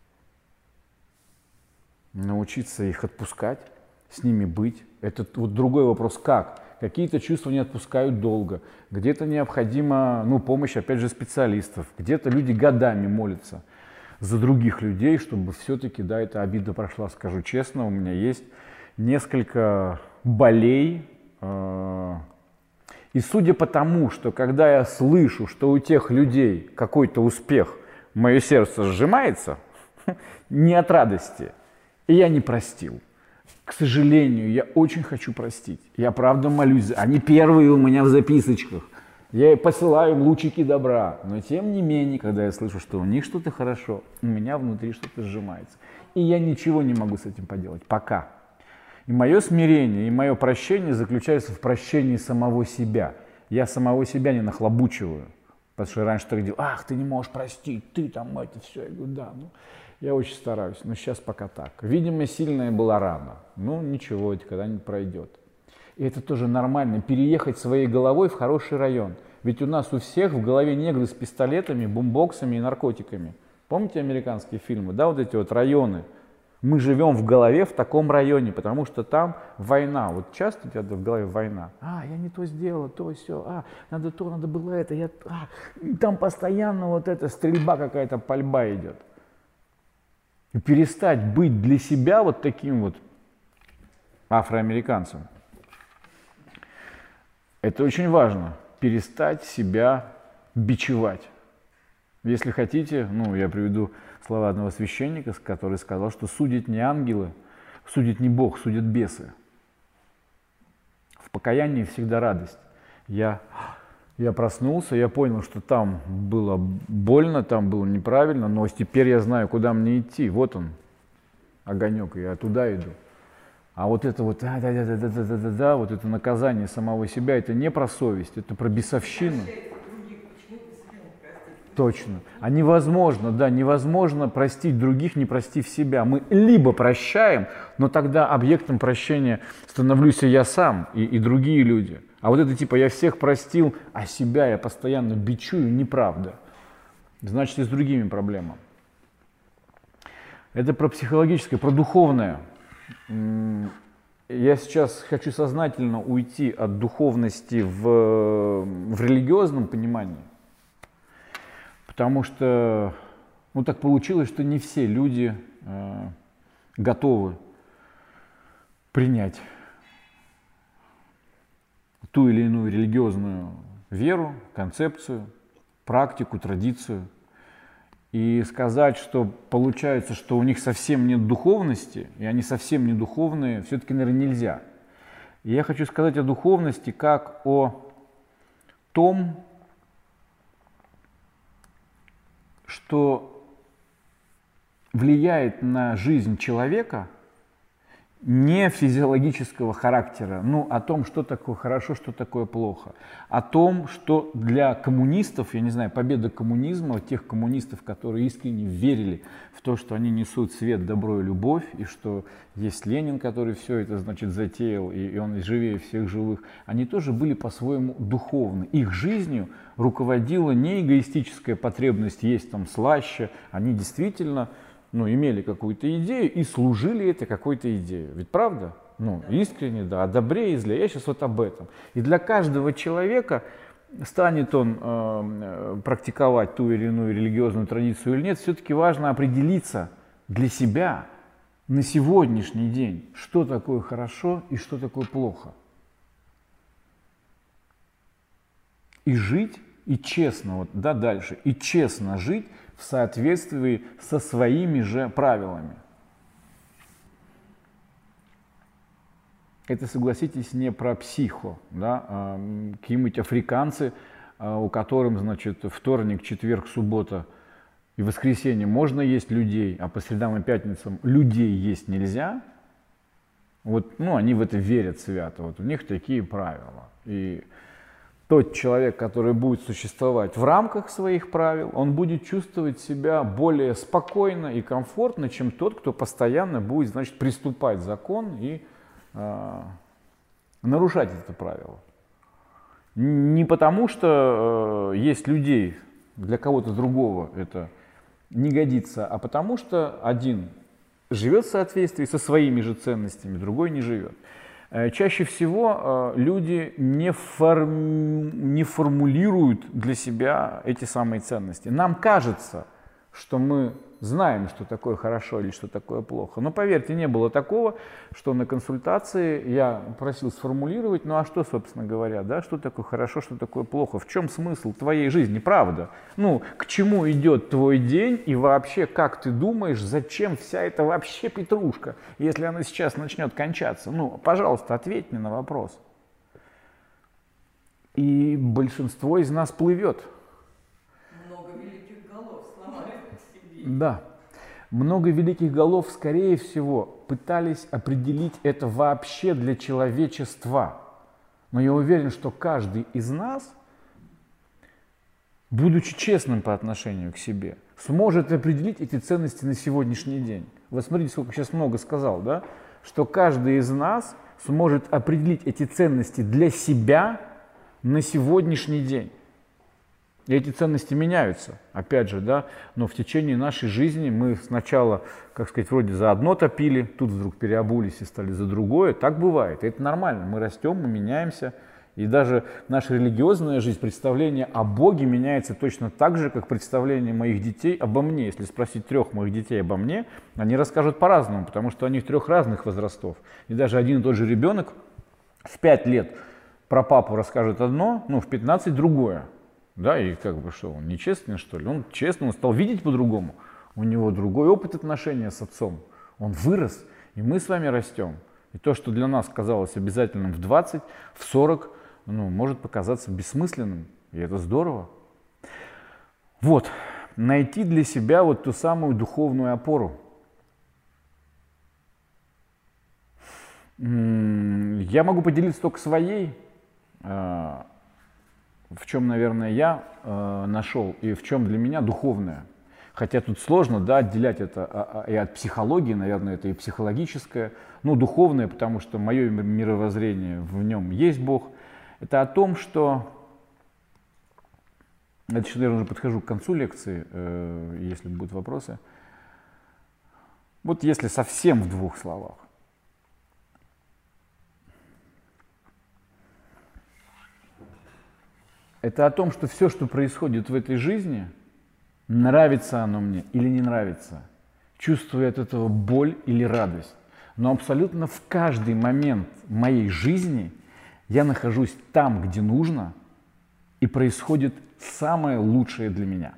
Научиться их отпускать, с ними быть. Это вот другой вопрос, как. Какие-то чувства не отпускают долго, где-то необходима, ну, помощь, опять же, специалистов, где-то люди годами молятся за других людей, чтобы все-таки, да, эта обида прошла, скажу честно, у меня есть несколько болей, э, и судя по тому, что когда я слышу, что у тех людей какой-то успех, мое сердце сжимается, не от радости, и я не простил. К сожалению, я очень хочу простить, я правда молюсь, они первые у меня в записочках. Я посылаю им лучики добра, но тем не менее, когда я слышу, что у них что-то хорошо, у меня внутри что-то сжимается. И я ничего не могу с этим поделать, пока. И мое смирение, и мое прощение заключается в прощении самого себя. Я самого себя не нахлобучиваю, потому что раньше так делал, ах, ты не можешь простить, ты там это все. Я говорю, да, ну, я очень стараюсь, но сейчас пока так. Видимо, сильная была рана, ну ничего, это когда-нибудь пройдет. И это тоже нормально, переехать своей головой в хороший район. Ведь у нас у всех в голове негры с пистолетами, бумбоксами и наркотиками. Помните американские фильмы, да, вот эти вот районы? Мы живем в голове в таком районе, потому что там война. Вот часто у тебя в голове война. А, я не то сделала, то все, а, надо то, надо было это, я, а, и там постоянно вот эта стрельба какая-то, пальба идет. И перестать быть для себя вот таким вот афроамериканцем. Это очень важно, перестать себя бичевать. Если хотите, ну, я приведу слова одного священника, который сказал, что судят не ангелы, судит не Бог, судят бесы. В покаянии всегда радость. Я, я проснулся, я понял, что там было больно, там было неправильно, но теперь я знаю, куда мне идти. Вот он, огонек, и я туда иду. А вот это вот, да, да, да, да, да, да, да, да, вот это наказание самого себя, это не про совесть, это про бесовщину. Точно. А невозможно, да, невозможно простить других, не простив себя. Мы либо прощаем, но тогда объектом прощения становлюсь я сам и, и другие люди. А вот это типа я всех простил, а себя я постоянно бичую, неправда. Значит, и с другими проблемами. Это про психологическое, про духовное. я сейчас хочу сознательно уйти от духовности в, в религиозном понимании, потому что ну, так получилось, что не все люди э, готовы принять ту или иную религиозную веру, концепцию, практику, традицию. И сказать, что получается, что у них совсем нет духовности, и они совсем не духовные, все-таки, наверное, нельзя. И я хочу сказать о духовности как о том, что влияет на жизнь человека не физиологического характера, ну, о том, что такое хорошо, что такое плохо, о том, что для коммунистов, я не знаю, победа коммунизма, тех коммунистов, которые искренне верили в то, что они несут свет, добро и любовь, и что есть Ленин, который все это, значит, затеял, и, и он живее всех живых, они тоже были по-своему духовны. Их жизнью руководила не эгоистическая потребность есть там слаще, они действительно ну, имели какую-то идею и служили этой какой-то идее. Ведь правда? Ну, искренне, да, о добре и зле. Я сейчас вот об этом. И для каждого человека, станет он э, практиковать ту или иную религиозную традицию или нет, все-таки важно определиться для себя на сегодняшний день, что такое хорошо и что такое плохо. И жить, и честно, вот, да, дальше, и честно жить в соответствии со своими же правилами. Это, согласитесь, не про психо, да, а какие-нибудь африканцы, у которых, значит, вторник, четверг, суббота и воскресенье можно есть людей, а по средам и пятницам людей есть нельзя. Вот, ну, они в это верят свято, вот у них такие правила. И тот человек, который будет существовать в рамках своих правил, он будет чувствовать себя более спокойно и комфортно, чем тот, кто постоянно будет, значит, приступать закон и э, нарушать это правило. Не потому, что э, есть людей, для кого-то другого это не годится, а потому что один живет в соответствии со своими же ценностями, другой не живет. Чаще всего люди не, форм... не формулируют для себя эти самые ценности. Нам кажется, что мы знаем, что такое хорошо или что такое плохо. Но поверьте, не было такого, что на консультации я просил сформулировать, ну а что, собственно говоря, да, что такое хорошо, что такое плохо, в чем смысл твоей жизни, правда? Ну, к чему идет твой день и вообще, как ты думаешь, зачем вся эта вообще петрушка, если она сейчас начнет кончаться? Ну, пожалуйста, ответь мне на вопрос. И большинство из нас плывет. Да, много великих голов, скорее всего, пытались определить это вообще для человечества. Но я уверен, что каждый из нас, будучи честным по отношению к себе, сможет определить эти ценности на сегодняшний день. Вот смотрите, сколько сейчас много сказал, да? Что каждый из нас сможет определить эти ценности для себя на сегодняшний день. И эти ценности меняются, опять же, да, но в течение нашей жизни мы сначала, как сказать, вроде за одно топили, тут вдруг переобулись и стали за другое. Так бывает, и это нормально, мы растем, мы меняемся. И даже наша религиозная жизнь, представление о Боге меняется точно так же, как представление моих детей обо мне. Если спросить трех моих детей обо мне, они расскажут по-разному, потому что они трех разных возрастов. И даже один и тот же ребенок в пять лет про папу расскажет одно, ну в пятнадцать другое. Да, и как бы что, он нечестный, что ли? Он честный, он стал видеть по-другому. У него другой опыт отношения с отцом. Он вырос, и мы с вами растем. И то, что для нас казалось обязательным в двадцать, в сорок, ну, может показаться бессмысленным. И это здорово. Вот, найти для себя вот ту самую духовную опору. Я могу поделиться только своей, в чем, наверное, я э, нашел и в чем для меня духовное. Хотя тут сложно, да, отделять это и от психологии, наверное, это и психологическое, ну, духовное, потому что мое мировоззрение, в нем есть Бог. Это о том, что, это еще, наверное, уже подхожу к концу лекции, э, если будут вопросы. Вот если совсем в двух словах. Это о том, что все, что происходит в этой жизни, нравится оно мне или не нравится, чувствую от этого боль или радость. Но абсолютно в каждый момент моей жизни я нахожусь там, где нужно, и происходит самое лучшее для меня.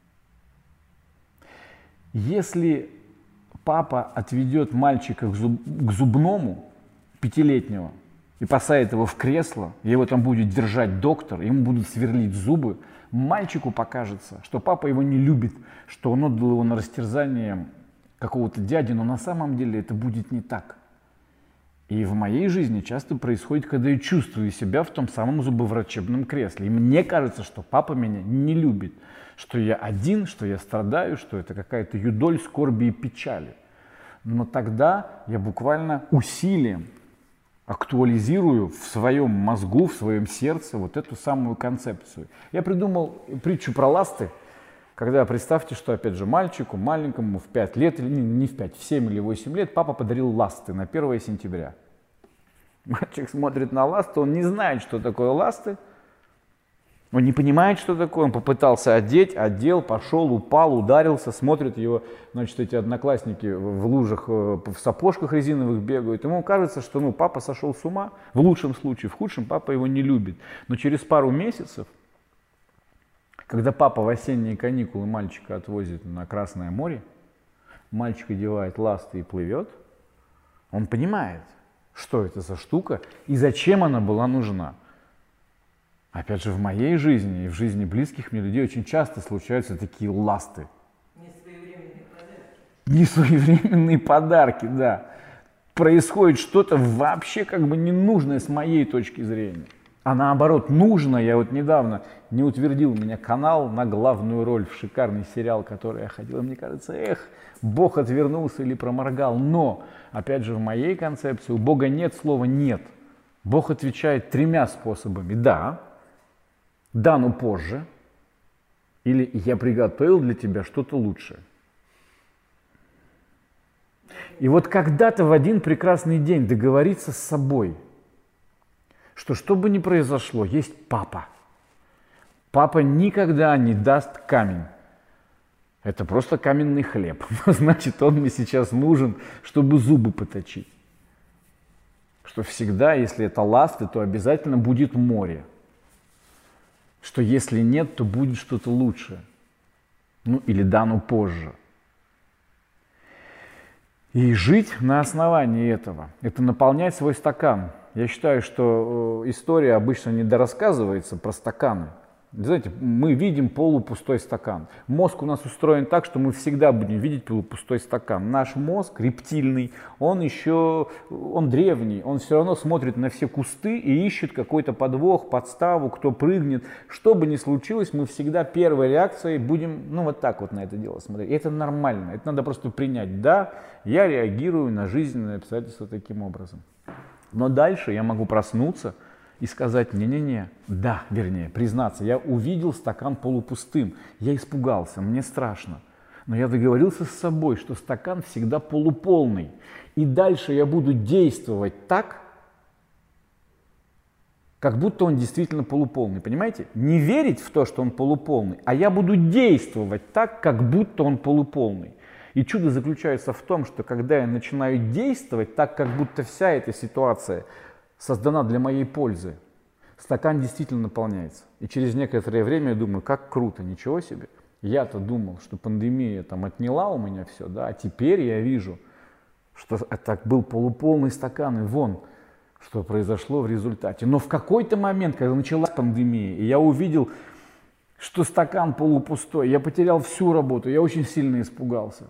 Если папа отведет мальчика к, зуб, к зубному, пятилетнего, и посадит его в кресло, его там будет держать доктор, ему будут сверлить зубы, мальчику покажется, что папа его не любит, что он отдал его на растерзание какого-то дяди, но на самом деле это будет не так. И в моей жизни часто происходит, когда я чувствую себя в том самом зубоврачебном кресле. И мне кажется, что папа меня не любит, что я один, что я страдаю, что это какая-то юдоль скорби и печали. Но тогда я буквально усилием актуализирую в своем мозгу, в своем сердце вот эту самую концепцию. Я придумал притчу про ласты, когда, представьте, что, опять же, мальчику, маленькому в пять лет, или не в пять, в семь или восемь лет, папа подарил ласты на первое сентября. Мальчик смотрит на ласты, он не знает, что такое ласты, он не понимает, что такое, он попытался одеть, одел, пошел, упал, ударился, смотрит его, значит, эти одноклассники в лужах, в сапожках резиновых бегают. Ему кажется, что ну, папа сошел с ума, в лучшем случае, в худшем папа его не любит. Но через пару месяцев, когда папа в осенние каникулы мальчика отвозит на Красное море, мальчик одевает ласты и плывет, он понимает, что это за штука и зачем она была нужна. Опять же, в моей жизни и в жизни близких мне людей очень часто случаются такие ласты. Несвоевременные подарки. Несвоевременные подарки, да. Происходит что-то вообще как бы ненужное с моей точки зрения. А наоборот, нужно. Я вот недавно не утвердил меня канал на главную роль в шикарный сериал, который я ходил. И мне кажется, эх, Бог отвернулся или проморгал. Но, опять же, в моей концепции у Бога нет слова «нет». Бог отвечает тремя способами. Да, да, но позже. Или я приготовил для тебя что-то лучшее. И вот когда-то в один прекрасный день договориться с собой, что что бы ни произошло, есть папа. Папа никогда не даст камень. Это просто каменный хлеб. Значит, он мне сейчас нужен, чтобы зубы поточить. Что всегда, если это ласты, то обязательно будет море. Что если нет, то будет что-то лучшее. Ну или да, но позже. И жить на основании этого, это наполнять свой стакан. Я считаю, что история обычно недорассказывается про стаканы. Знаете, мы видим полупустой стакан. Мозг у нас устроен так, что мы всегда будем видеть полупустой стакан. Наш мозг рептильный, он еще, он древний, он все равно смотрит на все кусты и ищет какой-то подвох, подставу, кто прыгнет. Что бы ни случилось, мы всегда первой реакцией будем, ну, вот так вот на это дело смотреть. И это нормально, это надо просто принять. Да, я реагирую на жизненные обстоятельства таким образом. Но дальше я могу проснуться и сказать, не-не-не, да, вернее, признаться, я увидел стакан полупустым, я испугался, мне страшно. Но я договорился с собой, что стакан всегда полуполный. И дальше я буду действовать так, как будто он действительно полуполный, понимаете? Не верить в то, что он полуполный, а я буду действовать так, как будто он полуполный. И чудо заключается в том, что когда я начинаю действовать так, как будто вся эта ситуация создана для моей пользы, стакан действительно наполняется. И через некоторое время я думаю, как круто, ничего себе. Я-то думал, что пандемия там отняла у меня все, да, а теперь я вижу, что это был полуполный стакан, и вон, что произошло в результате. Но в какой-то момент, когда началась пандемия, и я увидел, что стакан полупустой, я потерял всю работу, я очень сильно испугался.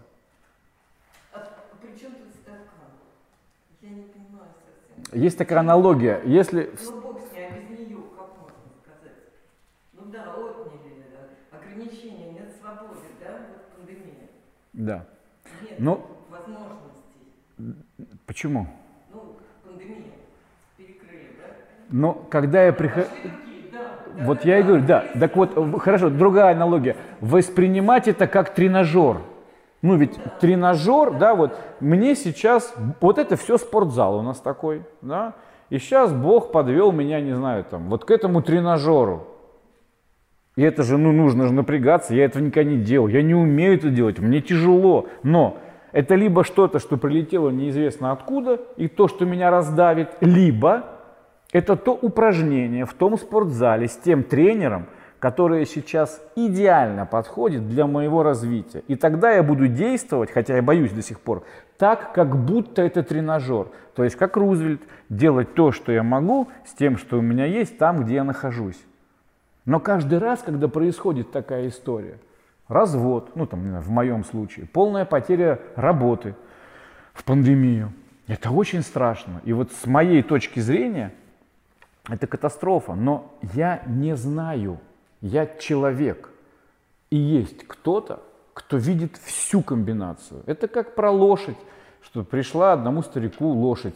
Есть такая аналогия, если... Ну, Бог с ней, а без нее, как можно сказать? Ну да, отняли, да. Ограничения, нет свободы, да, вот пандемия. Да. Нет Но... возможностей. Почему? Ну, пандемия, перекрыли, да? Но когда я прихожу... Да, вот да, я и да, говорю, да, так вот, хорошо, другая аналогия. Воспринимать это как тренажер. Ну ведь да. Тренажер, да, вот мне сейчас, вот это все спортзал у нас такой, да, и сейчас Бог подвел меня, не знаю, там, вот к этому тренажеру. И это же, ну, нужно же напрягаться, я этого никогда не делал, я не умею это делать, мне тяжело. Но это либо что-то, что прилетело неизвестно откуда, и то, что меня раздавит, либо это то упражнение в том спортзале с тем тренером, которое сейчас идеально подходит для моего развития. И тогда я буду действовать, хотя я боюсь до сих пор, так, как будто это тренажер. То есть, как Рузвельт, делать то, что я могу, с тем, что у меня есть, там, где я нахожусь. Но каждый раз, когда происходит такая история, развод, ну там в моем случае, полная потеря работы в пандемию, это очень страшно. И вот с моей точки зрения, это катастрофа. Но я не знаю, я человек. И есть кто-то, кто видит всю комбинацию. Это как про лошадь, что пришла одному старику лошадь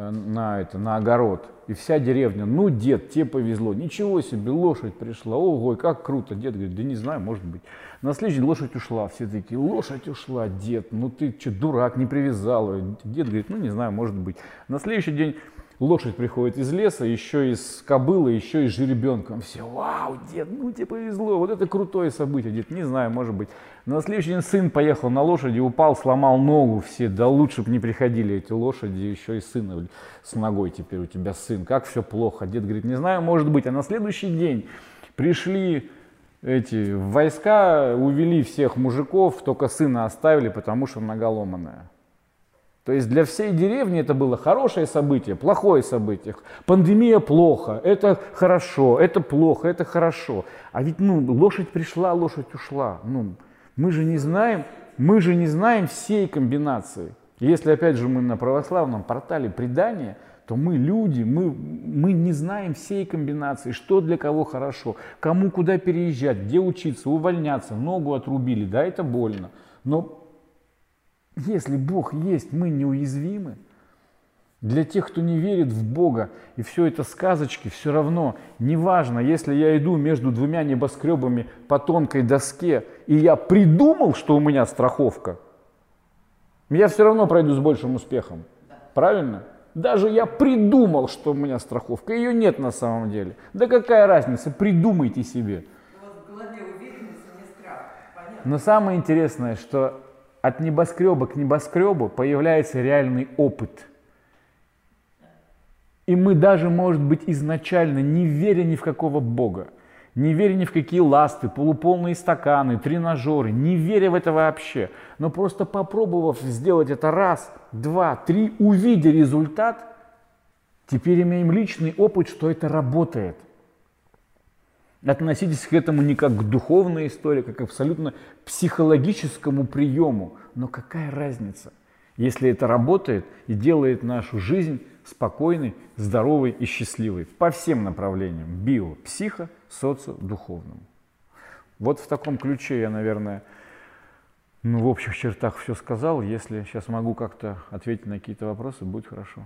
на, это, на огород. И вся деревня, ну, дед, тебе повезло, ничего себе, лошадь пришла, ого, как круто. Дед говорит, да не знаю, может быть. На следующий день лошадь ушла, все такие, лошадь ушла, дед, ну ты что, дурак, не привязал ее. Дед говорит, ну не знаю, может быть. На следующий день лошадь приходит из леса, еще из кобылы, еще и с жеребенком. Все, вау, дед, ну тебе повезло, вот это крутое событие. Дед, не знаю, может быть. На следующий день сын поехал на лошади, упал, сломал ногу. Все, да лучше бы не приходили эти лошади, еще и сына с ногой теперь у тебя сын. Как все плохо. Дед говорит, не знаю, может быть. А на следующий день пришли эти войска, увели всех мужиков, только сына оставили, потому что нога ломаная. То есть для всей деревни это было хорошее событие, плохое событие. Пандемия плохо, это хорошо, это плохо, это хорошо. А ведь ну, лошадь пришла, лошадь ушла. Ну, мы же не знаем, мы же не знаем всей комбинации. Если опять же мы на православном портале предания, то мы люди, мы, мы не знаем всей комбинации, что для кого хорошо, кому куда переезжать, где учиться, увольняться, ногу отрубили, да, это больно. Но если Бог есть, мы неуязвимы. Для тех, кто не верит в Бога, и все это сказочки, все равно, неважно, если я иду между двумя небоскребами по тонкой доске, и я придумал, что у меня страховка, я все равно пройду с большим успехом. Правильно? Даже я придумал, что у меня страховка, ее нет на самом деле. Да какая разница, придумайте себе. У вас в голове уверенность, а не страх. Понятно? Но самое интересное, что от небоскреба к небоскребу появляется реальный опыт. И мы даже, может быть, изначально, не веря ни в какого Бога, не веря ни в какие ласты, полуполные стаканы, тренажеры, не веря в это вообще, но просто попробовав сделать это раз, два, три, увидя результат, теперь имеем личный опыт, что это работает. Относитесь к этому не как к духовной истории, как к абсолютно психологическому приему. Но какая разница, если это работает и делает нашу жизнь спокойной, здоровой и счастливой по всем направлениям: био, психо, социо, духовному. Вот в таком ключе я, наверное, ну, в общих чертах все сказал. Если сейчас могу как-то ответить на какие-то вопросы, будет хорошо.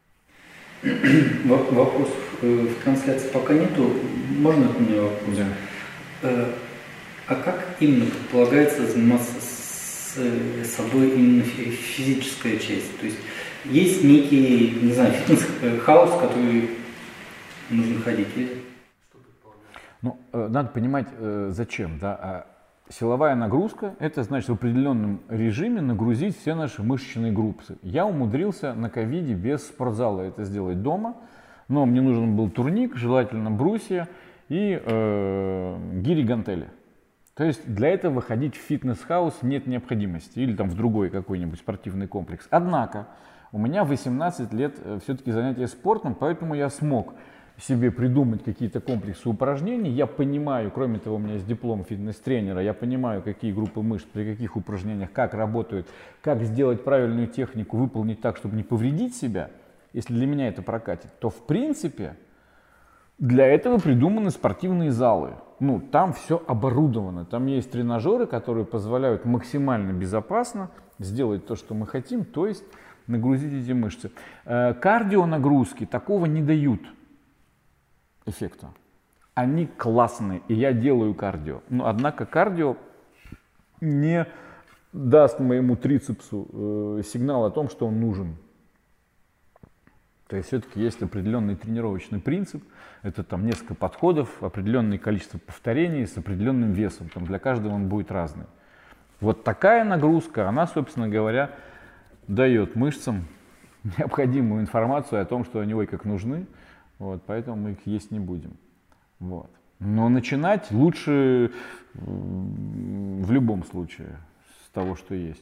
Вопросов в трансляции пока нету. Можно от меня вопрос? Да. А как именно предполагается заниматься с собой именно физическая часть? То есть есть некий, не знаю, фитнес-хаус, в который нужно ходить? Ну, надо понимать, зачем, да? Силовая нагрузка – это значит в определенном режиме нагрузить все наши мышечные группы. Я умудрился на ковиде без спортзала это сделать дома, но мне нужен был турник, желательно брусья и э, гири-гантели. То есть для этого выходить в фитнес-хаус нет необходимости или там в другой какой-нибудь спортивный комплекс. Однако у меня восемнадцать лет все-таки занятия спортом, поэтому я смог себе придумать какие-то комплексы упражнений. Я понимаю, кроме того, у меня есть диплом фитнес-тренера, я понимаю, какие группы мышц, при каких упражнениях, как работают, как сделать правильную технику, выполнить так, чтобы не повредить себя. Если для меня это прокатит, то в принципе для этого придуманы спортивные залы. Ну, там все оборудовано, там есть тренажеры, которые позволяют максимально безопасно сделать то, что мы хотим, то есть нагрузить эти мышцы. Кардионагрузки такого не дают эффекта. Они классные, и я делаю кардио. Но однако кардио не даст моему трицепсу э, сигнал о том, что он нужен. То есть все-таки есть определенный тренировочный принцип, это там несколько подходов, определенное количество повторений с определенным весом, там для каждого он будет разный. Вот такая нагрузка, она, собственно говоря, дает мышцам необходимую информацию о том, что они ой как нужны, вот, поэтому мы их есть не будем. Вот. Но начинать лучше в любом случае с того, что есть.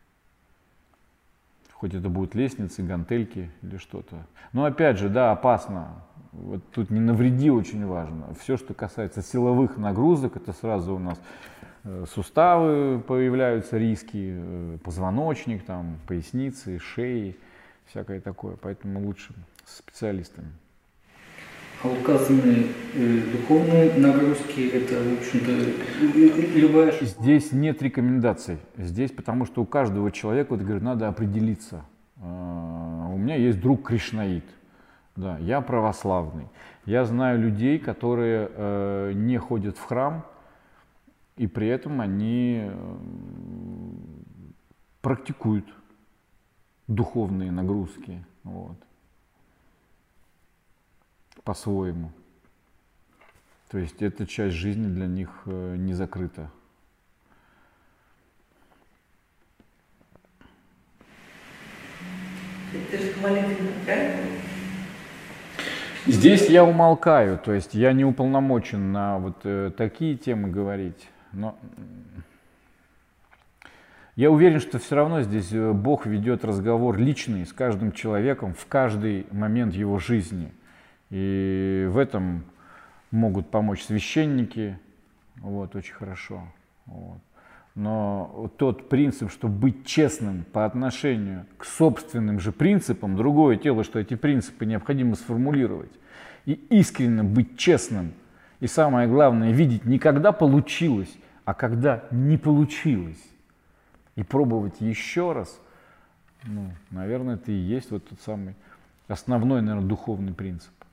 Хоть это будут лестницы, гантельки или что-то. Но опять же, да, опасно. Вот тут не навреди очень важно. Все, что касается силовых нагрузок, это сразу у нас суставы появляются, риски, позвоночник, там, поясницы, шеи, всякое такое. Поэтому лучше с специалистами. А указанные э, духовные нагрузки, это, в общем-то, любая... Здесь нет рекомендаций. Здесь, потому что у каждого человека, вот, говорю, надо определиться. Uh, у меня есть друг кришнаит, да, я православный. Я знаю людей, которые uh, не ходят в храм, и при этом они uh, практикуют духовные нагрузки. Вот. По-своему. То есть эта часть жизни для них э, не закрыта. Это же молитвенно, правильно? Здесь я умолкаю, то есть я не уполномочен на вот э, такие темы говорить. Но я уверен, что все равно здесь Бог ведет разговор личный с каждым человеком в каждый момент его жизни. И в этом могут помочь священники, вот, очень хорошо. Вот. Но тот принцип, что быть честным по отношению к собственным же принципам, другое дело, что эти принципы необходимо сформулировать. И искренне быть честным. И самое главное, видеть не когда получилось, а когда не получилось. И пробовать еще раз, ну, наверное, это и есть вот тот самый основной, наверное, духовный принцип.